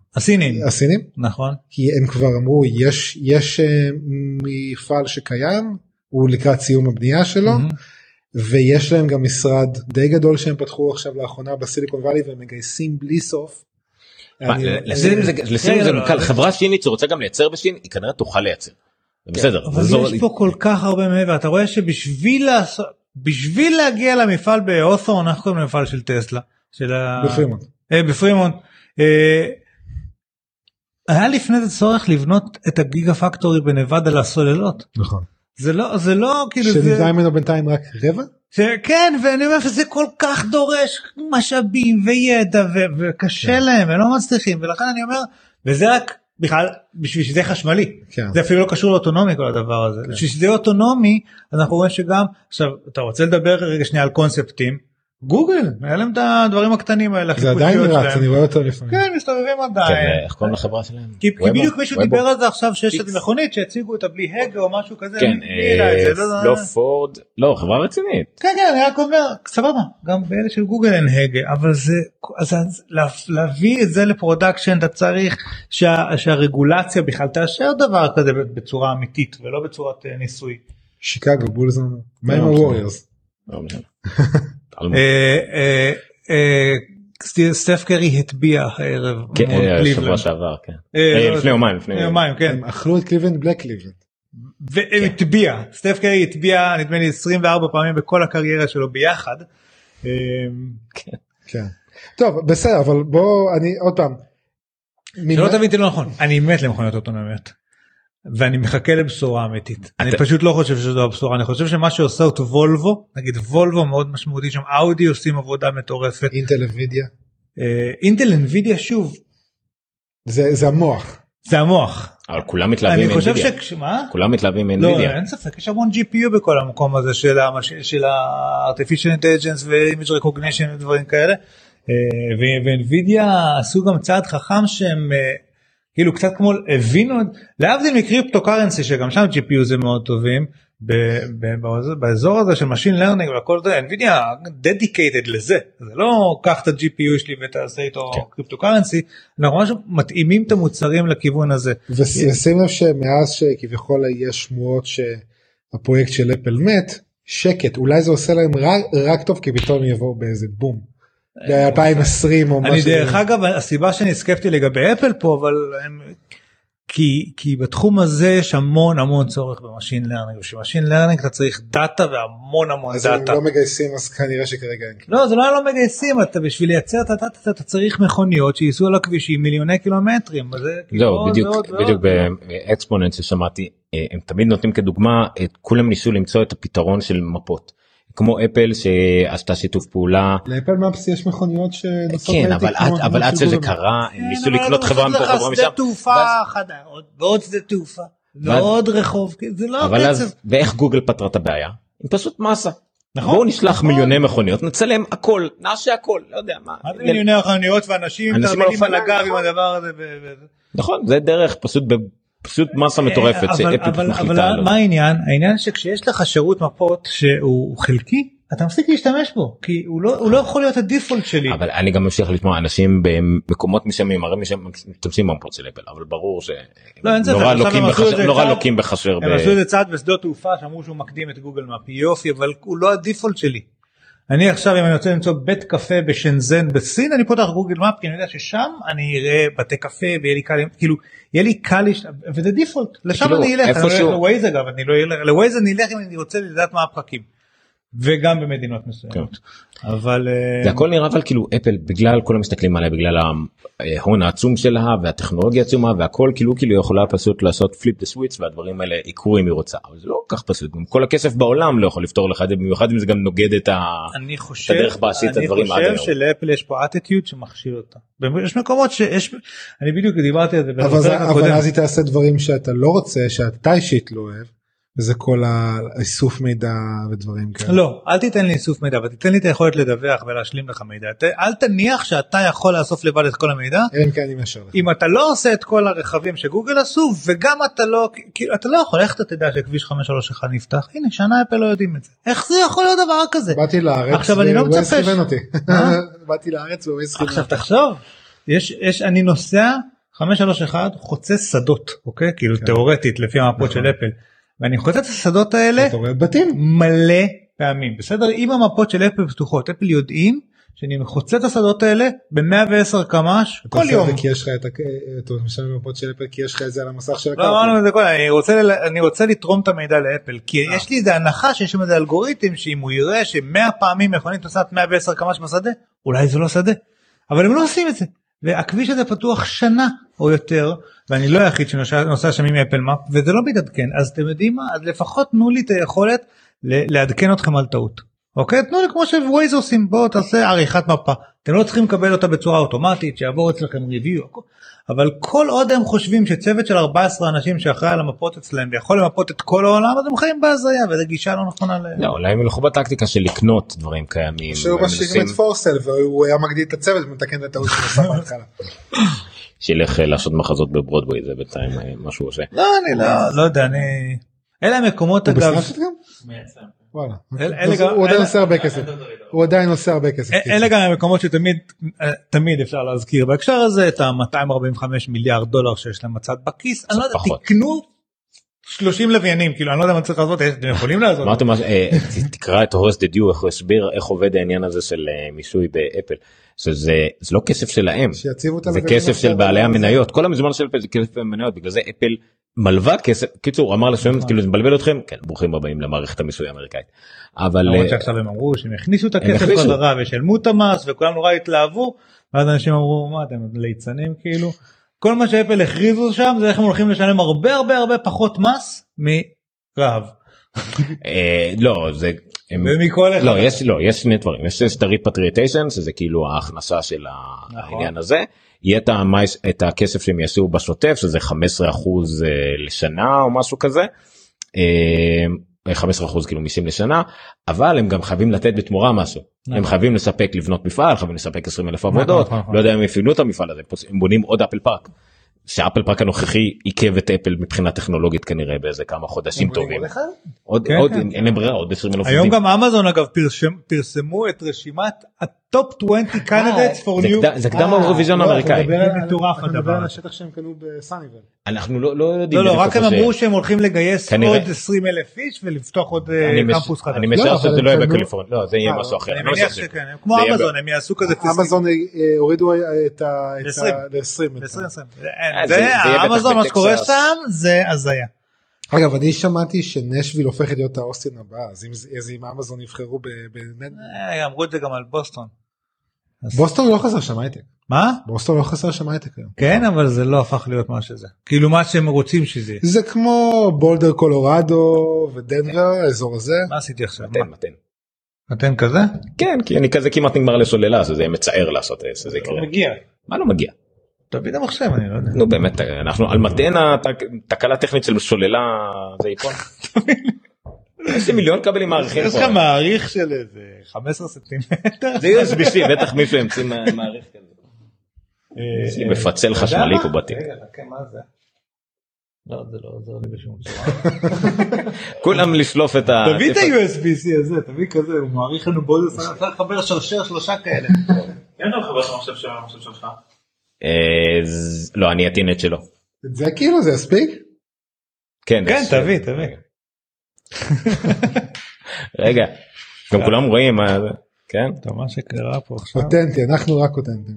C: הסינים נכון,
D: כי הם כבר אמרו יש מפעל שקיים, הוא לקראת סיום הבנייה שלו, ויש להם גם משרד די גדול שהם פתחו עכשיו לאחרונה בסיליקון ואלי, והם מגייסים בלי סוף.
B: לסינים זה קל, חברה שינית שרוצה גם לייצר בשין, היא כנראה תוכל לייצר. בסדר.
C: אבל יש פה כל כך הרבה מעבר, אתה רואה שבשביל להגיע למפעל באוסו, אנחנו קוראים למפעל של טסלה, בפרימונט, היה לפני זה צורך לבנות את הגיגה פקטורי בנבדה לסוללות.
D: נכון.
C: זה לא כאילו
D: שנבנה ממנו בינתיים רק רבע?
C: כן, ואני אומר שזה כל כך דורש משאבים וידע וקשה להם, הם לא מצליחים, ולכן אני אומר, וזה רק בכלל בשביל שזה חשמלי, זה אפילו לא קשור לאוטונומי כל הדבר הזה, בשביל שזה אוטונומי, אז אנחנו רואים שגם, עכשיו אתה רוצה לדבר רגע שנייה על קונספטים, גוגל, היה להם את הדברים הקטנים האלה,
D: זה עדיין רץ, אני רואה אותו לפעמים.
C: כן, מסתובבים עדיין.
B: איך קוראים לחברה שלהם?
C: כי בדיוק מישהו דיבר על זה עכשיו, שיש את מכונית שהציגו אותה בלי הגה או משהו כזה.
B: כן, לא פורד, לא, חברה רצינית.
C: כן, כן, אני רק אומר, סבבה, גם באלה של גוגל אין הגה, אבל זה, להביא את זה לפרודקשן, אתה צריך שהרגולציה בכלל תאשר דבר כזה בצורה אמיתית, ולא בצורת ניסוי.
D: שיקגו, בולזון, מה עם הווריורס?
C: סטף קרי הטביע הערב
B: שבוע שעבר, לפני יומיים,
D: הם אכלו את קליבלנד בלק קליבלנד
C: והטביע, סטף קרי הטביע נדמה לי 24 פעמים בכל הקריירה שלו ביחד.
D: כן, טוב בסדר, אבל בוא אני עוד פעם
C: שלא תביאי לא נכון, אני מת למכוניות אוטונומיות ואני מחכה לבשורה אמיתית. אני פשוט לא חושב שזו הבשורה, אני חושב שמה שעושה אותו וולבו, נגיד וולבו מאוד משמעותי שם, אאודי עושים עבודה מטורפת.
D: אינטל אנווידיה.
C: אינטל אנווידיה שוב.
D: זה המוח.
C: זה המוח.
B: אבל כולם מתלהבים אנווידיה. כולם מתלהבים אנווידיה.
C: לא, אין ספק, יש המון GPU בכל המקום הזה של ה-Artificial Intelligence ו-Image Recognition ודברים כאלה. ואנווידיה עשו גם צעד חכם שהם כאילו קצת כמו הבינו, להבדיל מקריפטוקרנסי שגם שם GPU זה מאוד טובים, באזור הזה של Machine Learning והכל זה, NVIDIA dedicated לזה, זה לא קח את ה-GPU שלי ותעשה איתו קריפטוקרנסי, אנחנו ממש מתאימים את המוצרים לכיוון הזה.
D: ושים לב שמאז שכביכול יש שמועות שהפרויקט של אפל מת, שקט, אולי זה עושה להם רק טוב, כי פתאום יבואו באיזה בום. ב-2020 או משהו.
C: אני דרך אגב, הסיבה שאני סקפטי לגבי אפל פה, אבל כי בתחום הזה יש המון צורך במשין לרנינג, ובמשין לרנינג אתה צריך דאטה והמון דאטה.
D: אז הם לא מגייסים, אז כנראה שכרגע אין.
C: לא, זה לא מגייסים, אתה בשביל לייצר את הדאטה אתה צריך מכוניות שייסעו על הכבישים מיליוני קילומטרים.
B: לא, בדיוק באקספוננט ששמעתי, הם תמיד נותנים כדוגמה, כולם ניסו למצוא את הפתרון של מפות. כמו אפל שעשתה שיתוף פעולה.
D: לאפל מפס יש מכוניות שנוסעות
B: כן, אבל עד שזה קרה, הם ניסו לקנות חברה מפה, חברה משם.
C: שדה תעופה חדה, ועוד שדה תעופה, ועוד רחוב, זה לא קצב.
B: ואיך גוגל פתרה את הבעיה? היא פשוט מסה. בואו נשלח מיליוני מכוניות, נצלם הכל, נעשה הכל, לא יודע מה.
C: מה זה מיליוני מכוניות ואנשים תרמילים על הגב עם הדבר הזה.
B: נכון, זה דרך פשוט מסה מטורפת שאפל מחליטה עליו.
C: מה העניין? העניין שכשיש לך שירות מפות שהוא חלקי, אתה מפסיק להשתמש בו, כי הוא לא יכול להיות הדיפולט שלי.
B: אבל אני גם ממשיך לשמוע אנשים במקומות משמים, הרי משתמשים במפות של אפל, אבל ברור שנורא לוקים בחשר.
C: הם עשו את זה צעד בשדות תעופה, שאמרו שהוא מקדים את גוגל מפי, יופי, אבל הוא לא הדיפולט שלי. אני עכשיו אם אני רוצה למצוא בית קפה בשנזן בסין, אני פותח גוגל מפ, כי אני יודע ששם אני אראה בתי קפה ויהיה לי קל, כאילו יהיה לי קל, וזה דיפולט, לשם אני אלך, אני לא אלך לווייז אגב, אני לא אלך לווייז, אני אלך אם אני רוצה לדעת מה הפרקים, וגם במדינות מסוימות. אבל
B: זה הכל נראה אבל כאילו אפל בגלל כל המסתכלים עליה, בגלל ההון העצום שלה והטכנולוגיה עצומה והכל כאילו יכולה פשוט לעשות פליפ דה סוויץ והדברים האלה יקרו אם היא רוצה, אבל זה לא כך פשוט, כל הכסף בעולם לא יכול לפתור לך, במיוחד אם זה גם נוגד את הדרך בעשית הדברים.
C: אני חושב שלאפל יש פה אטיטיוד שמכשיל אותה, יש מקומות שיש, אני בדיוק דיברתי על זה,
D: אבל אז היא תעשה דברים שאתה לא רוצה, שאתה אישית לא אוהב, וזה כל האיסוף מידע ודברים כאלה.
C: לא, אל תיתן לי איסוף מידע, ותיתן לי את היכולת לדווח ולהשלים לך מידע. אל תניח שאתה יכול לאסוף לבד את כל המידע. אם אתה לא עושה את כל הרכבים שגוגל עשו, וגם אתה לא יכול, איך אתה תדע שכביש 531 נפתח? הנה, שנה אפל לא יודעים את זה. איך זה יכול להיות דבר כזה?
D: באתי לארץ ווייז כיוון אותי. באתי לארץ ווייז כיוון.
C: עכשיו תחשוב, אני נוסע 531 חוצה שדות, אוקיי? כאילו תיאורטית לפי המפות של אפל. ואני חוצה את השדות האלה מלא פעמים, בסדר? אם המפות של אפל פתוחות, אפל יודעים שאני מחוצה את השדות האלה ב-110 קמ"ש כל יום.
D: כי יש לך את המפות של אפל, כי יש לך את זה על המסך של הקו.
C: אני רוצה לתרום את המידע לאפל, כי יש לי איזה הנחה שיש שם איזה אלגוריתם, שאם הוא יראה ש100 פעמים מכונית נוסעת 110 קמ"ש בשדה, אולי זה לא שדה. אבל הם לא עושים את זה. והכביש הזה פתוח שנה או יותר, ואני לא היחיד שנוסע שם עם אפל מאפ, וזה לא מתעדכן. אז אתם יודעים מה? אז לפחות תנו לי את היכולת לעדכן אתכם על טעות. אוקיי? תנו לי כמו שווייז עושים, בואו תעשה עריכת מפה. אתם לא צריכים לקבל אותה בצורה אוטומטית, שיעבור אצלכם ריוויו. אבל כל עוד הם חושבים שצוות של 14 אנשים שאחראי על המפות אצלם, ויכול למפות את כל העולם, אז הם חיים בהזיה, וזו גישה לא נכונה.
B: לא, אולי הם ילכו בטקטיקה של לקנות דברים קיימים.
D: שהוא משאירים את פורסל, והוא היה מגדיל את הצוות, ומתקן את הטעות של הסף בהתחלה.
B: שילך לעשות מחזות בברודווי, זה בינתיים משהו עושה.
C: לא, אני לא יודע, אלה המקומות אגב.
D: וואלה, הוא עדיין עושה הרבה כסף, הוא עדיין עושה הרבה כסף.
C: אלה גם המקומות שתמיד אפשר להזכיר בהקשר הזה, את ה-245 מיליארד דולר שיש להם מצד בכיס, אני לא יודע, תקנו 30 לוויינים, כאילו אני לא יודע מה צריך לעשות, אתם יכולים לעזור.
B: אמרתם, תקרא את הורס דה דיו, איך הוא הסביר, איך עובד העניין הזה של מיסוי באפל, שזה לא כסף שלהם, זה כסף של בעלי המניות, כל המזומן של אפל זה כסף המניות, בגלל זה אפל מלווה כסף, קיצור, אמר לשם, כאילו זה מבלבל אתכם, כן, ברוכים הבאים למערכת המיסוי האמריקאית. אבל
C: למרות שעכשיו הם אמרו שהם הכניסו את הכסף חזרה ושלמו את המס, וכולם נורא התלהבו, ואז אנשים אמרו, מה אתם ליצנים כאילו, כל מה שאפל הכריזו שם, זה איך הם הולכים לשלם הרבה הרבה הרבה פחות מס מרעב.
B: לא, זה... לא, יש שני דברים, יש את ה-repatriation, שזה כאילו ההכנסה של העניין הזה, יהיה את הכסף שהם יעשו בשוטף, שזה 15% לשנה או משהו כזה, 15% כאילו מיסים לשנה, אבל הם גם חייבים לתת בתמורה משהו, הם חייבים לספק לבנות מפעל, חייבים לספק 20,000 עבודות, לא יודע אם יפעילו את המפעל הזה, הם בונים עוד אפל פארק, שאפל פארק הנוכחי עיכב את אפל מבחינה טכנולוגית כנראה באיזה כמה חודשים טובים. עוד אין להם ברירה, עוד 20,000 עובדים.
C: היום גם אמזון אגב פרסמו את רשימת הטופ 20 candidates for new.
B: זה קדם האירוויזיון האמריקאי.
C: מטורף הדבר.
D: מדבר על השטח שהם קנו בסאניבל.
B: אנחנו לא יודעים.
C: לא, רק הם אמרו שהם הולכים לגייס עוד 20,000 איש ולפתוח עוד קמפוס חדש.
B: אני משער שזה לא יהיה בקליפורניה, לא, זה יהיה משהו אחר.
C: אני מניח שכן, כמו אמזון, הם יעשו כזה.
D: אמזון הורידו את ל-20.
C: זה אמזון, מה שקורה שם זה הזיה.
D: אגב, אני שמעתי שנשוויל הופכת להיות האוסטין הבא, אז אם אמזון יבחרו באמת...
C: אמרו את זה גם על בוסטון.
D: בוסטון לא חסר שם הייטק.
C: מה?
D: בוסטון לא חסר שם הייטק היום.
C: כן, אבל זה לא הפך להיות מה שזה. כאילו מה שהם רוצים שזה.
D: זה כמו בולדר קולורדו ודנבר, האזור הזה.
C: מה עשיתי עכשיו?
B: מתן
C: כזה?
B: כן, כי אני כזה כמעט נגמר לשוללה, זה מצער לעשות זה יקרה.
C: לא מגיע.
B: מה לא מגיע?
C: תביא את המחשב, אני לא יודע.
B: נו באמת, אנחנו על מתן התקלה טכנית של שוללה, זה יקון. יש לי מיליון כבלים מעריכים פה.
C: יש לך מעריך של איזה 15 סנטימטר?
B: זה USB, בטח מישהו ימציא מעריך כזה. יש לי מפצל חשמלי פה בתים.
C: רגע, מה זה? לא, זה לא עוזר לי בשום צורה.
B: כולם לשלוף את ה...
C: תביא את ה-USB-C הזה, תביא כזה, הוא מעריך לנו בו איזה סנטימטר, אתה לחבר שרשר 3 כאלה.
E: אין לו חבר של המחשב שלו, המחשב שלך.
B: לא, אני אתינט שלו.
D: זה כאילו, זה הספיק?
B: כן,
C: תביא.
B: רגע, גם כולם רואים, כן?
C: טוב, מה שקרה פה עכשיו.
D: אותנטי, אנחנו רק אותנטים.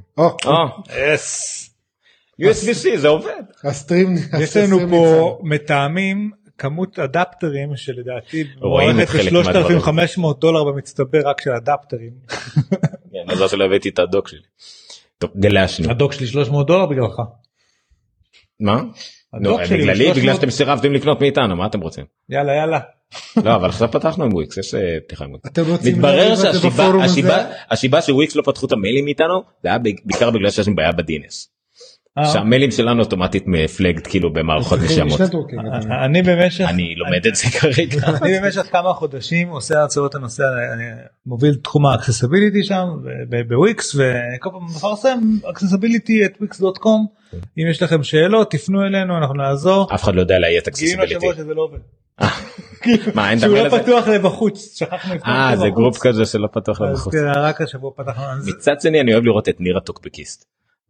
B: USB-C, זה עובד.
C: יש לנו פה מתאמים כמות אדפטרים שלדעתי מוערכת ב$3,500 במצטבר רק של אדפטרים.
B: כן, אז לא הבאתי את הדוק שלי. טוב, גלשנו.
C: הדוק שלי $300 בגללך.
B: מה? בגללי, בגלל שאתם סירבתם לקנות מאיתנו, מה אתם רוצים?
C: יאללה.
B: לא, אבל עכשיו פתחנו עם וויקס, יש פתיחה עם וויקס. מתברר שהשיבה שוויקס לא פתחו את המיילים מאיתנו, זה היה בעיקר בגלל שיש לנו בעיה בדינס. שהמיילים שלנו אוטומטית מפלגת כאילו במערכות נשמות. אני לומד את זה כרגע.
C: אני במשך כמה חודשים עושה הרצאות הנושא, אני מוביל תחום האקססיביליטי שם בוויקס, וכל פעם מפרסם accessibility@wix.com. אם יש לכם שאלות תפנו אלינו, אנחנו נעזור.
B: אף אחד לא יודע להיית accessibility.
C: גילינו השבוע שזה לא עובד.
B: מה, אין
C: שהוא לא פתוח לבחוץ, שכחנו לפתוח לבחוץ.
B: זה גרופ כזה שלא פתוח לבחוץ.
C: רק השבוע פתחנו.
B: מצד שני אני אוהב לראות את ניר הטוקבקיסט.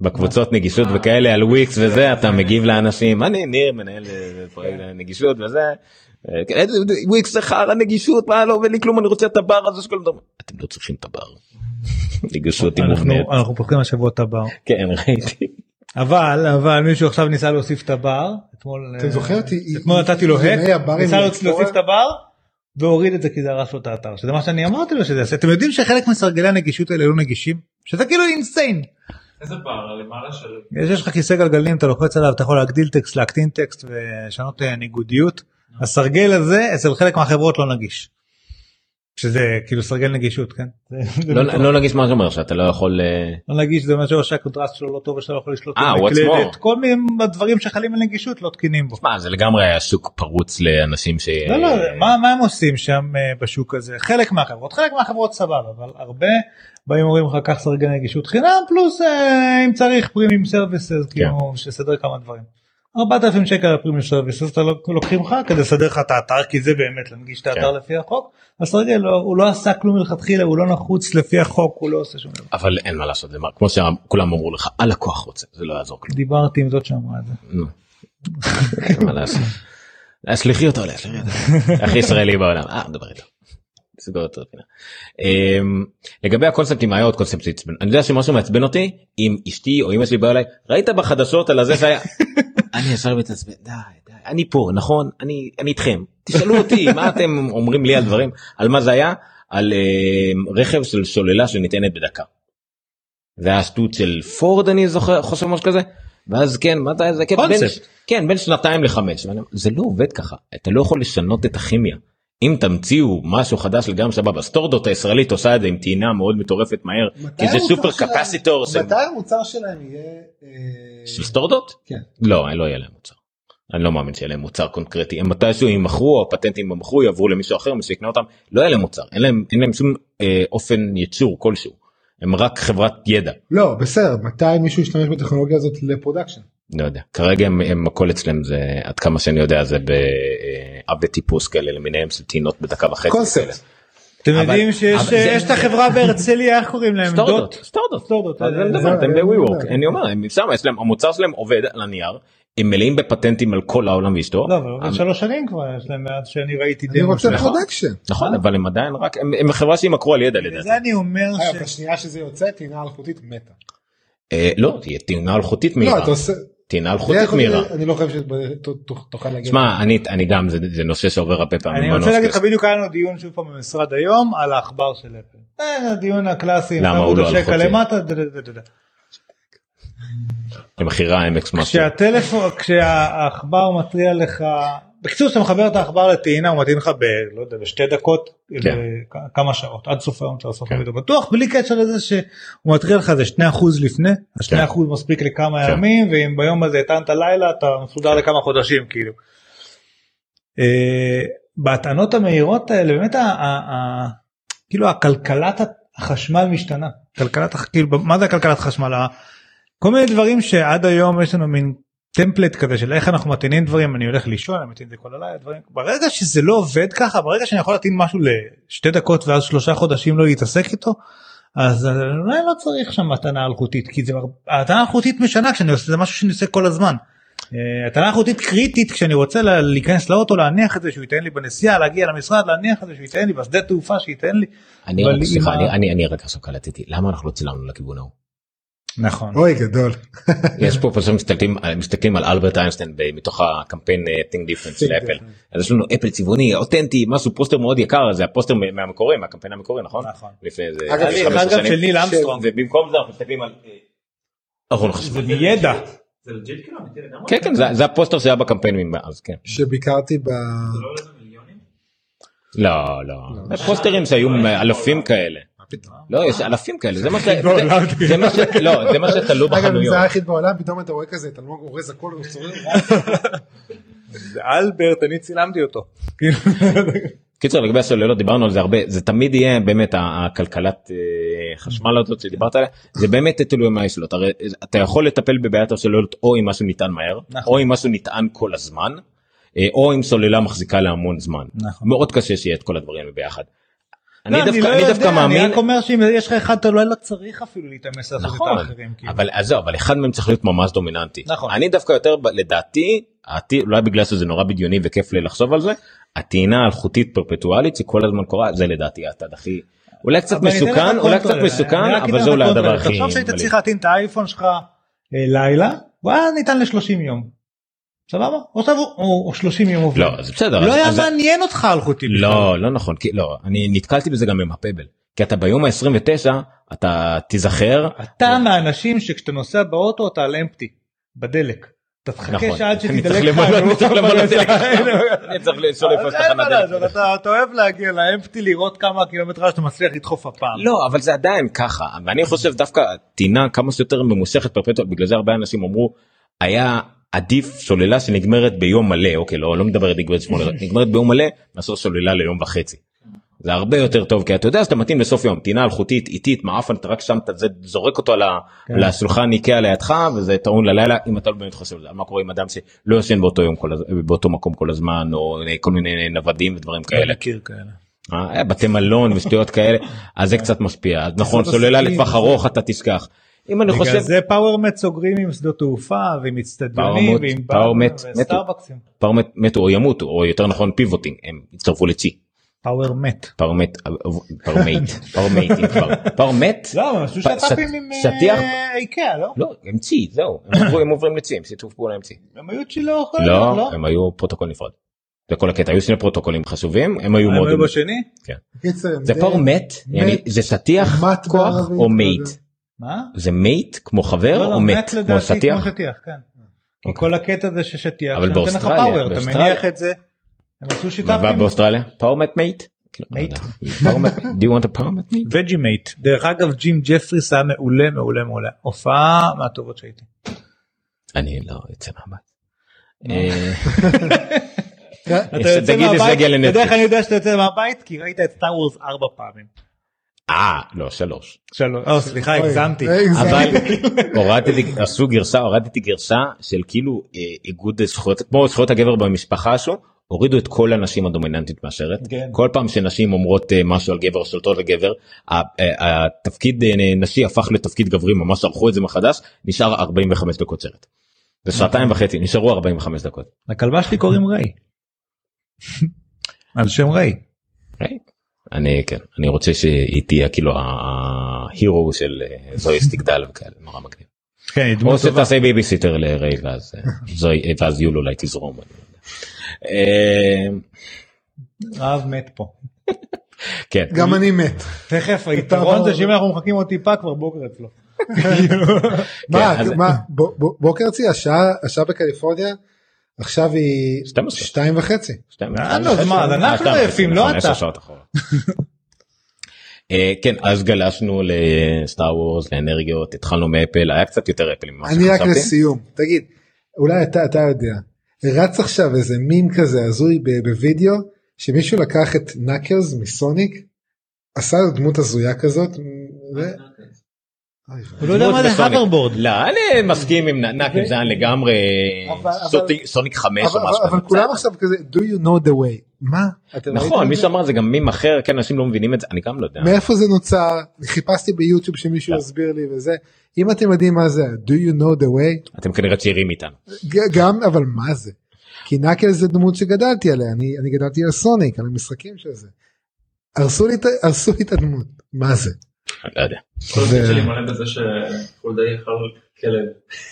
B: בקבוצות נגישות וכאלה על וויקס וזה, אתה מגיב לאנשים, אני ניר מנהל נגישות וזה, וויקס זה חרא נגישות, מה לא עובד לי כלום, אני רוצה את הבר הזה שכל דבר, אתם לא צריכים את הבר. נגישות היא מובנית.
C: אנחנו פותחים השבוע את הבר.
B: כן, ראיתי.
C: אבל מישהו עכשיו ניסה להוסיף את הבר, אתמול נתתי לו ניסה להוסיף את הבר, והוריד את זה כי זה הרס לו את האתר, שזה מה שאני אמרתי לו שזה יעשה. אתם יודעים שחלק מסרגלי הנגישות האלה לא נגישים? שזה כאילו אינסיין.
E: איזה בר? למעלה של...
C: יש לך כיסא גלגלים, אתה לוחץ עליו, אתה יכול להגדיל טקסט, להקטין טקסט ולשנות ניגודיות. הסרגל הזה אצל חלק מהחברות לא נגיש. שזה כאילו סרגל נגישות, כן?
B: לא נגיש מה שאומר שאתה לא יכול...
C: לא נגיש, זה אומר שהקונטרסט שלו לא טוב ושאתה לא יכול לשלוט במקלדת. כל מיני דברים שחלים על נגישות לא תקינים בו.
B: זה לגמרי היה שוק פרוץ לאנשים ש...
C: לא, מה הם עושים שם בשוק הזה? חלק מהחברות סבבה, אבל הרבה באים אומרים לך כך סרגל נגישות חינם, פלוס אם צריך פרימיום סרוויסס, כאילו שסדר כמה דברים. 4,000 שקל הפרימיום סרוויסס, אתה לוקחים לך כדי לסדר לך את האתר, כי זה באמת להנגיש את האתר לפי החוק. הסרגל הוא לא עשה כלום מלכתחילה, הוא לא נחוץ לפי החוק, הוא לא עושה שום דבר.
B: אבל אין מה לעשות, כמו שכולם אמרו לך, הלקוח רוצה, זה לא יעזור כלום.
C: דיברתי עם זאת שאמרה את זה.
B: אין מה לעשות. סליחי אותו, הכי ישראלי בעולם, מדבר איתו. לגבי הקונספטים, היה עוד קונספט שעצבן, אני יודע שמשהו מעצבן אותי, אם אשתי או אמא שלי בא אליי, ראית בחדשות על הזה שהיה, אני ישר מתעצבן, די, אני פה, נכון, אני איתכם, תשאלו אותי, מה אתם אומרים לי על דברים, על מה זה היה, על רכב של שוללה שניתנת בדקה. זה היה שטות של פורד, אני חושב משהו כזה, ואז כן, מה זה, כן, בין 2 ל-5, זה לא עובד ככה, אתה לא יכול לשנות את הכימיה. אם תמציאו משהו חדש לגמרי סבבה, סטורדות הישראלית עושה את זה עם טעינה מאוד מטורפת מהר, כי זה סופר קפסיטור.
D: מתי המוצר שלהם יהיה...
B: של סטורדות?
D: כן.
B: לא יהיה להם מוצר. אני לא מאמין שיהיה להם מוצר קונקרטי. הם מתישהו ימכרו, או הפטנטים ימכרו, יעברו למישהו אחר, מי שיקנה אותם, לא יהיה להם מוצר. אין להם שום אופן ייצור כלשהו. הם רק חברת ידע.
D: לא, בסדר. מתי מישהו ישתמש בטכנולוגיה הזאת לפרודקשן?
B: לא יודע. כרגע הם הכל אצלם זה, עד כמה שאני יודע, זה באבי טיפוס כאלה למיניהם של טעינות בדקה וחצי.
D: קונספט.
C: אתם יודעים שיש את החברה בהרצליה, איך קוראים להם?
B: סטורדות. הם ב-WeWork. אני אומר, המוצר שלהם עובד על הנייר, הם מלאים בפטנטים על כל העולם ואשתו.
C: לא, אבל 3 שנים כבר יש להם מאז שאני ראיתי
D: אני רוצה פרודקשן.
B: נכון, אבל הם עדיין רק, הם חברה שימכרו על ידע לדעת.
C: וזה אני אומר
D: בשנייה שזה יוצא, טעינה אלחוטית מתה.
B: לא, תהיה טעינה אלחוטית מהירה.
D: לא, אתה עושה...
B: טעינה אלחוטית מהירה.
D: אני לא חושב שתוכל להגיד.
B: שמע, אני גם, זה נושא שעובר הרבה פעמים.
C: אני רוצה להגיד לך, בדיוק היה לנו דיון שוב פעם במשרד היום, על העכבר של אפל. הדיון הקלאסי.
B: למה הוא לא אלחוטי? למחירה MX משהו.
C: כשהעכבר מטריע לך, בקיצור שאתה מחבר את העכבר לטעינה, הוא מתאים לך ב2 דקות, כמה שעות, עד סוף היום, סוף הוידאו בטוח, בלי קשר לזה שהוא מטריע לך זה 2% לפני, 2% מספיק לכמה ימים, ואם ביום הזה טענת לילה, אתה מסודר לכמה חודשים, כאילו. בהטענות המהירות האלה, באמת, כאילו, הכלכלת החשמל משתנה. מה זה הכלכלת חשמל? כל מיני דברים שעד היום יש לנו מין טמפלט כזה של איך אנחנו מתעינים דברים, אני הולך לישון, אני מתעין את זה כל הלילה, דברים. ברגע שזה לא עובד ככה, ברגע שאני יכול להתעין משהו ל2 דקות ואז 3 חודשים לא להתעסק איתו, אז אולי לא צריך שם מתנה אלחוטית, כי התנה אלחוטית משנה כשאני עושה, זה משהו שאני עושה כל הזמן. התנה אלחוטית קריטית כשאני רוצה להיכנס לאוטו, להניח את זה שהוא ייתן לי בנסיעה, להגיע למשרד, להניח את זה שהוא ייתן לי בשדה תעופה שייתן לי.
B: אני רק עכשיו קלטתי, למה אנחנו לא צילמנו לכיוון ההוא?
C: נכון.
D: אוי גדול.
B: יש פה פשוט מסתכלים על אלברט איינשטיין מתוך הקמפיין Think Different של אפל. אז יש לנו אפל צבעוני, אותנטי, משהו פוסטר מאוד יקר, זה הפוסטר מהמקורי, מהקמפיין המקורי, נכון?
C: נכון.
B: לפני זה.
C: אגב של ניל אמסטרונג.
B: ובמקום זה אנחנו מסתכלים על...
C: זה מידע.
E: זה לג'יט כאילו?
B: כן, כן, זה הפוסטר שהיה בקמפיין מאז, כן.
D: שביקרתי ב...
E: זה לא לזה מיליונים?
B: לא. פוסטרים שהיו אלפים כאלה. לא, יש אלפים כאלה, זה מה שתלו בחנויות.
D: זה היחיד בעולם, פתאום אתה רואה כזה, אתה לא אורז הכל וצורר.
C: זה אלברט, אני צילמתי אותו.
B: קיצור, לגבי הסוללות, דיברנו על זה הרבה, זה תמיד יהיה באמת הכלכלת חשמל הזאת שדיברת עליה, זה באמת תלוי מה יש לו, אתה יכול לטפל בבעיית הסוללות או אם משהו ניתן מהר, או אם משהו ניתן כל הזמן, או אם סוללה מחזיקה להמון זמן. מאוד קשה שיהיה את כל הדברים ביחד. אני דווקא מאמין.
C: אני רק אומר שאם יש לך אחד, אתה אולי לא צריך אפילו להתאמס לעשות את האחרים.
B: אבל אחד מהם צריך להיות ממש דומיננטי. אני דווקא יותר, לדעתי, אולי בגלל שזה נורא בדיוני וכיף לי לחשוב על זה, הטעינה האלחוטית פרפטואלית שכל הזמן קורה, זה לדעתי הצד הכי, אולי קצת מסוכן, אבל זה אולי הדבר הכי.
C: תחשוב שהיית צריך להטעין את האייפון שלך לילה, והיה ניתן ל-30 יום. סבבה? עכשיו הוא 30 יום עובר.
B: לא, זה בסדר.
C: לא היה מעניין אותך אלחוטי.
B: לא נכון, לא, אני נתקלתי בזה גם עם הפבל. כי אתה ביום ה-29, אתה תיזכר.
C: אתה מהאנשים שכשאתה נוסע באוטו, אתה על אמפטי, בדלק. אתה תחכה שעד שתדלק לך. אני צריך למלא דלק. אני צריך לשאול איפה תחנת דלק. אתה אוהב להגיע לאמפטי, לראות כמה קילומטר שאתה מצליח לדחוף הפעם.
B: לא, אבל זה עדיין ככה. ואני חושב דווקא, טינה כמה שיותר ממושכת פרפטואלית, בגלל זה הרבה אנשים אמרו, היה עדיף סוללה שנגמרת ביום מלא, אוקיי, לא מדברת נגמרת ביום מלא, מאשר סוללה ליום וחצי. זה הרבה יותר טוב, כי אתה יודע שאתה מתאים לסוף יום, טינה אלחוטית, איטית, מעפן, אתה רק שם, אתה זורק אותו לשולחן ניקה לידך, וזה טעון ללילה, אם אתה לא באמת חושב על זה. מה קורה עם אדם שלא ישן באותו מקום כל הזמן, או כל מיני נוודים ודברים כאלה. בתי מלון ושטויות כאלה, אז זה קצת משפיע. אז נכון, סוללה לטווח ארוך אתה תשכח.
C: בגלל זה פאוורמט סוגרים עם שדות תעופה ועם הצטדיונים ועם וסטארבקסים.
B: פאוורמט או ימותו, או יותר נכון פיבוטינג, הם הצטרפו לצי.
C: פאוורמט.
B: פאוורמט.
C: לא, הם עשו שטאפים עם איקאה, לא?
B: לא, הם צי, זהו. הם עוברים לצי, הם שיתוף פעולה עם צי.
C: הם היו צי לא?
B: לא, הם היו פרוטוקול נפרד. זה כל הקטע, היו שני פרוטוקולים חשובים, הם היו מאוד...
C: הם היו בשני?
B: כן. זה פאוורמט, זה שטיח כוח או מייט?
C: מה?
B: זה מייט כמו חבר או מט כמו שטיח?
C: כי כל הקטע זה ששטיח,
B: אבל באוסטרליה,
C: אתה מניח את זה, הם עשו שיטה.
B: מה באוסטרליה? פאורמט מייט? מייט. Do you want a פאורמט מייט?
C: וג'י מייט. דרך אגב ג'ים ג'פריס היה מעולה. הופעה מהטובות שהייתי.
B: אני לא יוצא מהבית.
C: אתה יוצא מהבית, אתה יודע איך אני יודע שאתה יוצא מהבית? כי ראית את סטאר וורס 4 פעמים.
B: לא 3.
C: סליחה, הגזמתי.
B: אבל הורדתי גרסה של כאילו איגוד זכויות, כמו זכויות הגבר במשפחה שלו, הורידו את כל הנשים הדומיננטית מהשרת. כל פעם שנשים אומרות משהו על גבר או שולטות על גבר, התפקיד נשי הפך לתפקיד גברי, ממש ערכו את זה מחדש, נשאר 45 דקות שרת. זה 2.5, נשארו 45 דקות.
C: הכלבה שלי קוראים ריי. על שם ריי.
B: אני רוצה שהיא תהיה כאילו ההירו של זוהי סטיגדל וכאלה, נורא מגניב. או שתעשה בייביסיטר לריי ואז יולו אולי תזרום.
C: רב מת פה.
B: כן.
D: גם אני מת.
C: תכף, היתרון זה שאם אנחנו מחכים עוד טיפה כבר בוקר אצלו.
D: מה, בוקר אצלי, השעה בקליפורניה, עכשיו היא 2:30.
C: אז אנחנו יפים, לא אתה.
B: כן, אז גלשנו לסטאר וורס, לאנרגיות, התחלנו מאפל, היה קצת יותר אפל ממה
D: שחשבתי. אני רק לסיום, תגיד, אולי אתה יודע, רץ עכשיו איזה מים כזה הזוי בווידאו, שמישהו לקח את נאקלס מסוניק, עשה לו דמות הזויה כזאת,
C: הוא לא יודע מה זה הוברבורד.
B: לא, אני מסכים עם נאקלס, זה היה לגמרי סוניק 5 או משהו.
D: אבל כולם עכשיו כזה, do you know the way? מה?
B: נכון, מישהו אמר זה גם מים אחר, כן, אנשים לא מבינים את זה, אני גם לא יודע.
D: מאיפה זה נוצר? חיפשתי ביוטיוב שמישהו יסביר לי וזה. אם אתם יודעים מה זה, do you know the way?
B: אתם כנראה צעירים איתנו.
D: גם, אבל מה זה? כי נאקלס זה דמות שגדלתי עליה, אני גדלתי על סוניק, על המשחקים של זה. הרסו לי את הדמות, מה זה?
B: לא יודע.
E: כל הזמן שלי מלא בזה שחולדאי אכל כלב.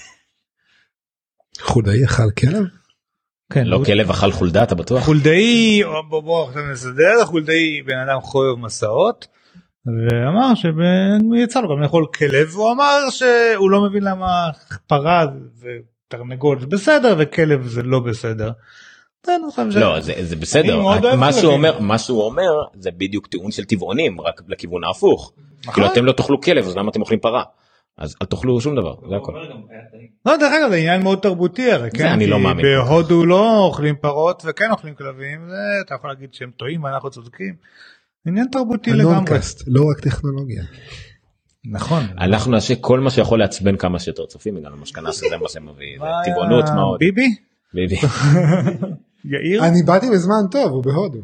D: חולדאי אכל כלב?
B: כן. לא כלב אכל חולדה, אתה בטוח?
C: חולדאי, בוא עכשיו נסדר, חולדאי בן אדם חויב מסעות, ואמר שיצא לו גם לאכול כלב, והוא אמר שהוא לא מבין למה פרה ותרנגול זה בסדר וכלב זה לא בסדר.
B: לא, זה בסדר, מה שהוא אומר זה בדיוק טיעון של טבעונים, רק לכיוון ההפוך. כאילו אתם לא תאכלו כלב, אז למה אתם אוכלים פרה? אז אל תאכלו שום דבר, זה הכל.
C: לא, דרך אגב, זה עניין מאוד תרבותי, הרי כן,
B: אני לא מאמין.
C: בהודו לא אוכלים פרות וכן אוכלים כלבים, אתה יכול להגיד שהם טועים ואנחנו צודקים. עניין תרבותי לגמרי.
D: לא רק טכנולוגיה.
C: נכון.
B: אנחנו נעשה כל מה שיכול לעצבן כמה שיותר צופים, בגלל המשכנה שזה מה שמביא, טבעונות מאוד.
C: ביבי?
B: ביבי.
C: יאיר?
D: אני באתי בזמן טוב, הוא בהודו.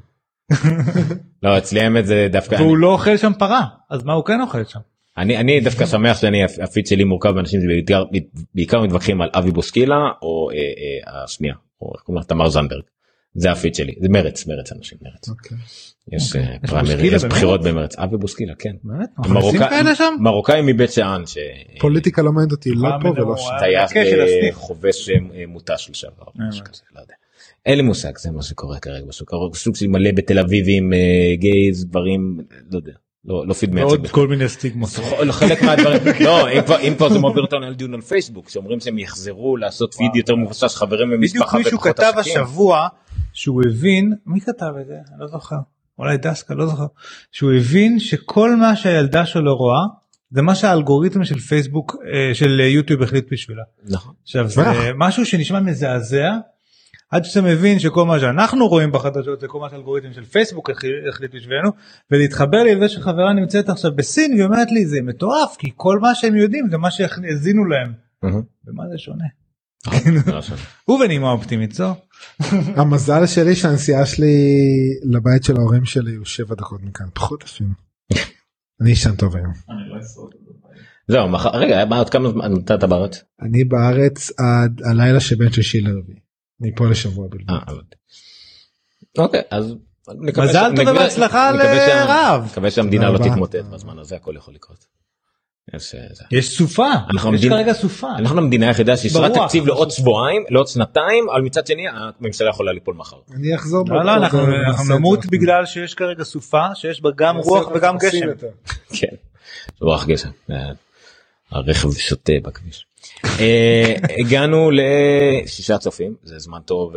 B: לא, אצלי האמת זה דווקא...
C: והוא לא אוכל שם פרה, אז מה הוא כן אוכל שם?
B: אני דווקא שמח שאני, הפיד שלי מורכב באנשים בעיקר מתווכחים על אבי בוסקילה, או השנייה, או איך קוראים לה, תמר זנדברג. זה הפיד שלי, זה מרץ אנשים, מרץ. יש בחירות במרץ, אבי בוסקילה, כן. מרוקאי מבית שאן.
D: פוליטיקה לא מעניינת אותי, לא פה ולא שם.
B: טייס חובש מוטש לשעבר. אין לי מושג, זה מה שקורה כרגע בשוק. סוג של מלא בתל אביב עם גייז, דברים, לא יודע. לא פיד מייצג.
C: עוד כל מיני סטיגמות.
B: חלק מהדברים, לא, אם כבר זה מוביל אותנו על דיון על פייסבוק, שאומרים שהם יחזרו לעשות פיד יותר מבוסס, חברים במשפחה.
C: בדיוק מישהו כתב השבוע, שהוא הבין, מי כתב את זה? אני לא זוכר. אולי דסקה, לא זוכר. שהוא הבין שכל מה שהילדה שלו רואה, זה מה שהאלגוריתם של פייסבוק, של יוטיוב החליט בשבילה.
B: נכון.
C: עכשיו, זה משהו שנשמע מזעזע, עד שאתה מבין שכל מה שאנחנו רואים בחדשות זה כל מה שהאלגוריתם של פייסבוק החליט בשבילנו, ולהתחבר לי לזה שחברה נמצאת עכשיו בסין והיא אומרת לי זה מטורף כי כל מה שהם יודעים זה מה שהזינו להם. ומה זה שונה? ובנימה אופטימית זו.
D: המזל שלי שהנסיעה שלי לבית של ההורים שלי הוא 7 דקות מכאן, פחות אפילו. אני אשן טוב היום.
E: אני לא אעשו את זה.
B: זהו, רגע, עוד כמה זמן נתת בארץ?
D: אני בארץ עד הלילה שבין שישי לרביעי. אני פה לשבוע בלבד.
B: אוקיי, אז
C: מזל טוב ובהצלחה לרב.
B: מקווה שהמדינה לא תתמוטט בזמן הזה, הכל יכול לקרות.
C: יש סופה, יש כרגע סופה.
B: אנחנו המדינה היחידה שישרה תקציב לעוד שבועיים, לעוד שנתיים, אבל מצד שני הממשלה יכולה ליפול מחר.
D: אני אחזור.
C: לא, אנחנו נמות בגלל שיש כרגע סופה, שיש בה גם רוח וגם גשם.
B: כן, רוח גשם. הרכב שותה בכביש. הגענו ל6 צופים, זה זמן טוב.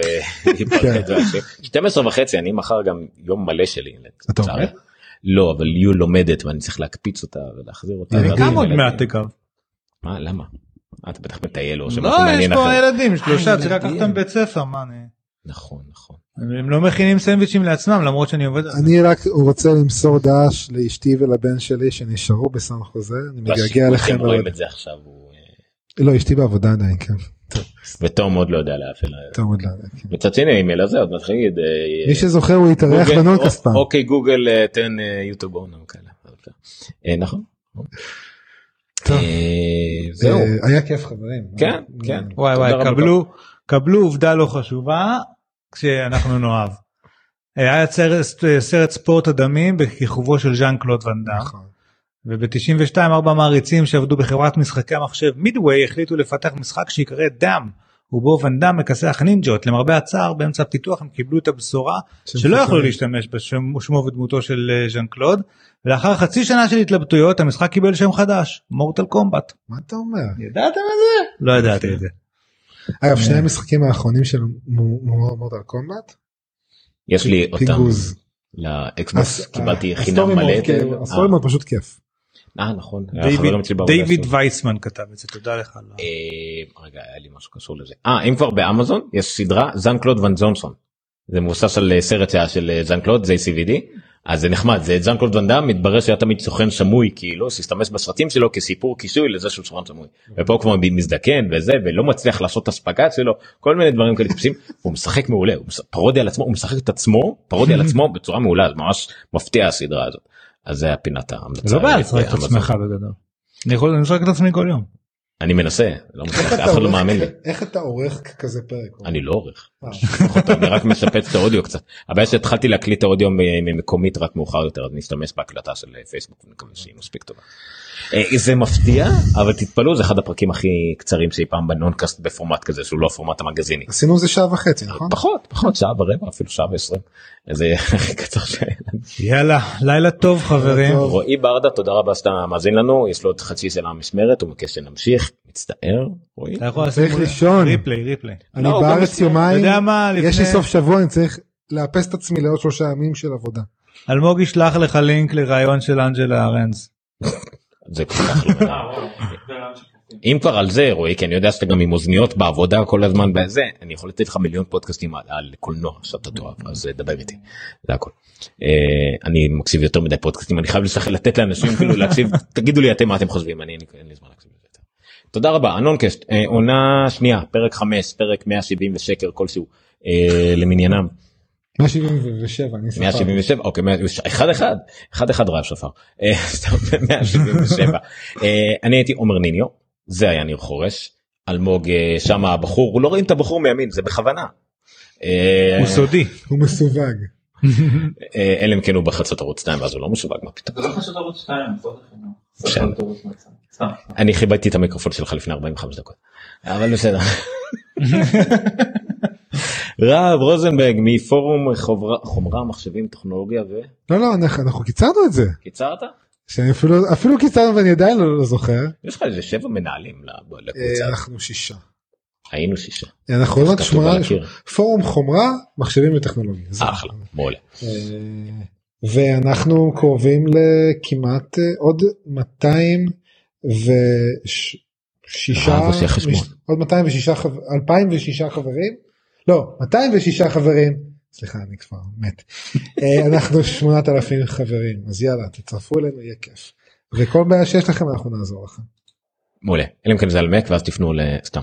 B: 12:30, אני מחר גם יום מלא שלי.
D: אתה אומר?
B: לא, אבל יו לומדת ואני צריך להקפיץ אותה ולהחזיר אותה.
C: כמה עוד מעט אגב?
B: מה, למה? אתה בטח מטייל או
C: שמשהו מעניין אחר. לא, יש פה ילדים, 3, צריך לקחת אותם בית ספר, מה אני...
B: נכון.
C: הם לא מכינים סנדוויצ'ים לעצמם, למרות שאני עובד על זה.
D: אני רק רוצה למסור דש לאשתי ולבן שלי שנשארו בסן חוזה, אני מגעגע לכם.
B: אתם רואים את זה עכשיו.
D: לא, אשתי בעבודה עדיין, כן.
B: ותום עוד לא יודע להפעיל.
D: תום עוד לא יודע, כן.
B: מצד שני, האימייל הזה עוד מתחיל להגיד.
D: מי שזוכר הוא יתארח בנונקאסט פעם.
B: אוקיי, גוגל תן יוטיוב און. נכון.
D: זהו. היה כיף חברים.
B: כן.
C: וואי, קבלו עובדה לא חשובה כשאנחנו נאהב. היה סרט ספורט הדמים בכיכובו של ז'אן קלוד ואן דאם. וב-92 4 מעריצים שעבדו בחברת משחקי המחשב מידווי החליטו לפתח משחק שיקרא דם, ובו ואן דאם מכסח נינג'ות. למרבה הצער באמצע הפיתוח הם קיבלו את הבשורה שלא יכלו להשתמש בשמו ודמותו של ז'אן קלוד, ולאחר חצי שנה של התלבטויות המשחק קיבל שם חדש, מורטל קומבט.
D: מה אתה אומר?
C: ידעתם את זה? לא ידעתי את זה.
D: אגב, שני המשחקים האחרונים של מורטל קומבט?
B: יש לי אותם לאקסבוקס, קיבלתי חינם מלא.
D: הסטורים הוא פשוט כיף.
B: נכון.
C: דיוויד וייסמן כתב את זה, תודה לך.
B: רגע, היה לי משהו קשור לזה. אם כבר באמזון יש סדרה ז'אן קלוד ואן ג'ונסון. זה מבוסס על סרט של ז'אן קלוד, זה CVD. אז זה נחמד, זה ז'אן קלוד ואן דאם, מתברר שהיה תמיד סוכן שמוי, כאילו, שהסתמש בסרטים שלו כסיפור כיסוי לזה שהוא סוכן שמוי. ופה הוא כבר מזדקן וזה, ולא מצליח לעשות את הספקת שלו, כל מיני דברים כאלה טיפשים, הוא משחק מעולה, הוא פרודיה על עצמו, הוא משחק את עצמו, פרודיה על עצמו בצורה מעולה, זה ממש מפתיע הסדרה הזאת. אז זה הפינת ההמלצה.
C: זה לא בעיה, לשחק את עצמך בגדול. אני יכול לשחק את עצמי כל יום.
B: אני מנסה, לא מצליח, אף אחד לא מאמין לי.
D: איך אתה עורך כזה פרק?
B: אני לא עורך. אני רק משפץ את האודיו קצת. הבעיה שהתחלתי להקליט את האודיו ממקומית רק מאוחר יותר, אז נשתמש בהקלטה של פייסבוק ונקווה שהיא מספיק טובה. זה מפתיע, אבל תתפלו, זה אחד הפרקים הכי קצרים שאי פעם בנונקאסט בפורמט כזה, שהוא לא הפורמט המגזיני.
D: עשינו זה 1.5 שעות, נכון?
B: פחות, 1.15, אפילו 1:20. זה הכי קצר שהיה לנו.
C: יאללה, לילה טוב חברים.
B: רועי ברדה, תודה רבה שאתה מאזין לנו, יש לו עוד חצי שנה משמרת, הוא מבקש שנמשיך, מצטער, רועי.
D: צריך לישון.
C: ריפלי.
D: אני בארץ יומיים, יש לי סוף שבוע, אני צריך לאפס את עצמי לעוד 3 ימים של עבודה.
C: אלמוג ישלח לך לינק לרעיון של אנג'לה ארנס.
B: זה כל כך לא מדע. אם כבר על זה רועי, כי אני יודע שאתה גם עם אוזניות בעבודה כל הזמן בזה, אני יכול לתת לך מיליון פודקאסטים על קולנוע שאתה תאהב, אז דבר איתי, זה הכל. אני מקשיב יותר מדי פודקאסטים, אני חייב לתת לאנשים כאילו להקשיב, תגידו לי אתם מה אתם חושבים, אין לי זמן להקשיב לזה. תודה רבה, אנונקאסט, עונה שנייה, פרק 5, פרק 170 ושקר כלשהו, למניינם.
D: 177, אני ספר.
B: 177, אוקיי, 1-1 רעב שופר. 177. אני הייתי עומר ניניו, זה היה ניר חורש, אלמוג שם הבחור, לא רואים את הבחור מימין, זה בכוונה.
C: הוא סודי.
D: הוא מסווג.
B: אלא אם כן הוא בחצות ערוץ 2 ואז הוא לא מסווג, מה פתאום.
E: זה לא חשוב ערוץ 2,
B: אני חיבדתי את המיקרופון שלך לפני 45 דקות, אבל בסדר. רב רוזנברג מפורום חומרה מחשבים טכנולוגיה ו...
D: לא, אנחנו קיצרנו את זה.
B: קיצרת?
D: אפילו קיצרנו ואני עדיין לא זוכר.
B: יש לך איזה 7 מנהלים לקבוצה.
D: אנחנו 6.
B: היינו 6.
D: אנחנו עוד 8, פורום חומרה מחשבים וטכנולוגיה.
B: אחלה, מעולה.
D: ואנחנו קרובים לכמעט עוד 206 חברים. לא, 206 חברים. סליחה, אני כבר מת. אנחנו 8,000 חברים. אז יאללה, תצטרפו אלינו, יהיה כיף. וכל בעיה שיש לכם אנחנו נעזור לכם.
B: מעולה. אלא אם כן זה על מק ואז תפנו לסתם.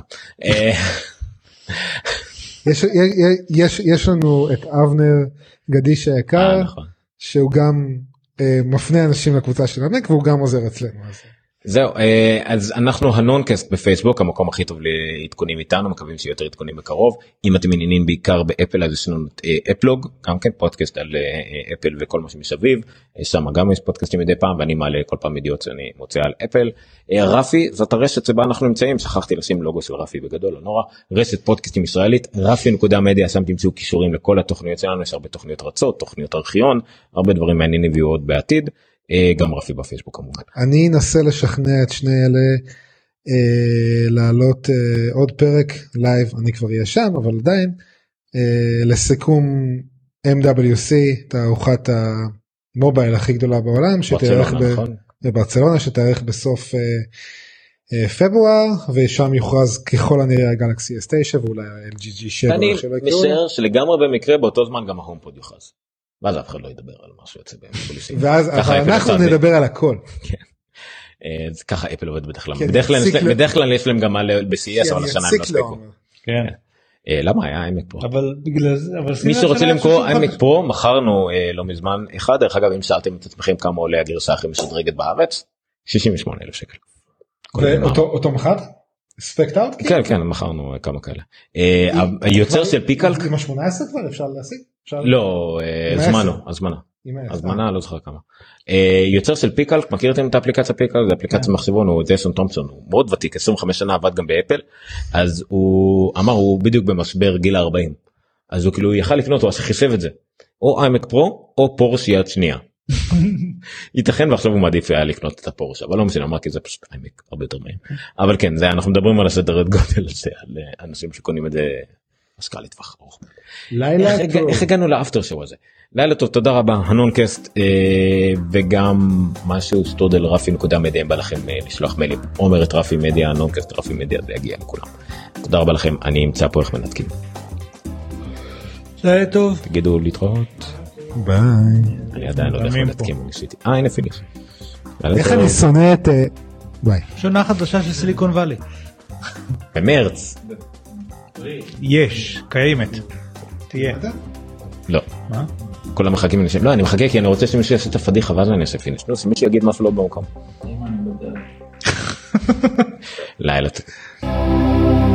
D: יש לנו את אבנר גדיש היקר, שהוא גם מפנה אנשים לקבוצה של המק והוא גם עוזר אצלנו.
B: זהו, אז אנחנו הנונקאסט בפייסבוק, המקום הכי טוב לעדכונים איתנו, מקווים שיותר עדכונים בקרוב. אם אתם מעניינים בעיקר באפל, אז יש לנו אפלוג, גם כן פודקאסט על אפל וכל מה שמסביב, שם גם יש פודקאסטים מדי פעם, ואני מעלה כל פעם ידיעות שאני מוצא על אפל. רפי, זאת הרשת שבה אנחנו נמצאים, שכחתי לשים לוגו של רפי בגדול, לא נורא, רשת פודקאסטים ישראלית, רפי.מדיה, שם תמצאו קישורים לכל התוכניות שלנו, יש הרבה תוכניות רצות, תוכניות ארכיון, הרבה דברים מעניינים ויהיו עוד בעתיד. גם רפי בפייסבוק כמובן.
D: אני אנסה לשכנע את שני אלה לעלות עוד פרק לייב, אני כבר אהיה שם אבל עדיין, לסיכום MWC, תערוכת המובייל הכי גדולה בעולם, שתארך בברצלונה, שתארך בסוף פברואר, ושם יוכרז ככל הנראה הגלקסי S9 ואולי ה-LG G7.
B: אני משער שלגמרי במקרה באותו זמן גם ההומפוד יוכרז. ואז אף אחד לא ידבר על מה שיוצא בפוליסים.
D: ואז אנחנו נדבר על הכל.
B: כן. זה ככה אפל עובד בדרך כלל. בדרך כלל יש להם גם ב-CES, אבל השנה הם לא ספקו.
C: כן.
B: למה היה איימק פרו?
C: אבל בגלל זה,
B: מי שרוצה למכור איימק פרו, מכרנו לא מזמן אחד, דרך אגב אם שאלתם את עצמכם כמה עולה הגרסה הכי משודרגת בארץ, 68,000 שקל.
D: ואותו מחר? ספקט אאוט?
B: כן, מכרנו כמה כאלה. היוצר של פיקלק.
D: עם ה-18 כבר אפשר להשיג?
B: לא, הזמנה, לא זוכר כמה. יוצר של פיקלק, מכירתם את האפליקציה פיקלק? זה אפליקציה מחשבון, הוא ג'ייסון תומפסון, הוא מאוד ותיק, 25 שנה עבד גם באפל, אז הוא אמר, הוא בדיוק במשבר גיל 40, אז הוא כאילו יכל לקנות, הוא חישב את זה, או איימק פרו, או פורש יד שנייה. ייתכן ועכשיו הוא מעדיף היה לקנות את הפורש, אבל לא משנה, אמר כי זה פשוט איימק הרבה יותר מהיר. אבל כן, אנחנו מדברים על הסדרת גודל הזה, על אנשים שקונים את זה השקעה לטווח ארוך. איך הגענו לאפטר שואו הזה? לילה טוב, תודה רבה, הנונקאסט, וגם משהו שטודל רפי.מדיה, אם בא לכם לשלוח מיילים, אומרת רפי מדיה, הנונקאסט רפי מדיה, זה יגיע לכולם. תודה רבה לכם, אני אמצא פה איך מנתקים.
C: לילה טוב.
B: תגידו להתראות.
D: ביי.
B: אני עדיין לא יודע איך מנתקים, הנה פיניש.
D: איך אני שונא את... ביי.
C: שונה חדשה של סיליקון ואלי.
B: במרץ.
C: יש, קיימת. תהיה.
B: לא.
C: מה?
B: כולם מחכים לשם. לא, אני מחכה כי אני רוצה שמישהו יעשה את הפדיחה ואז אני אעשה פיניש. לא, שמישהו יגיד משהו לא במקום. לילה טוב.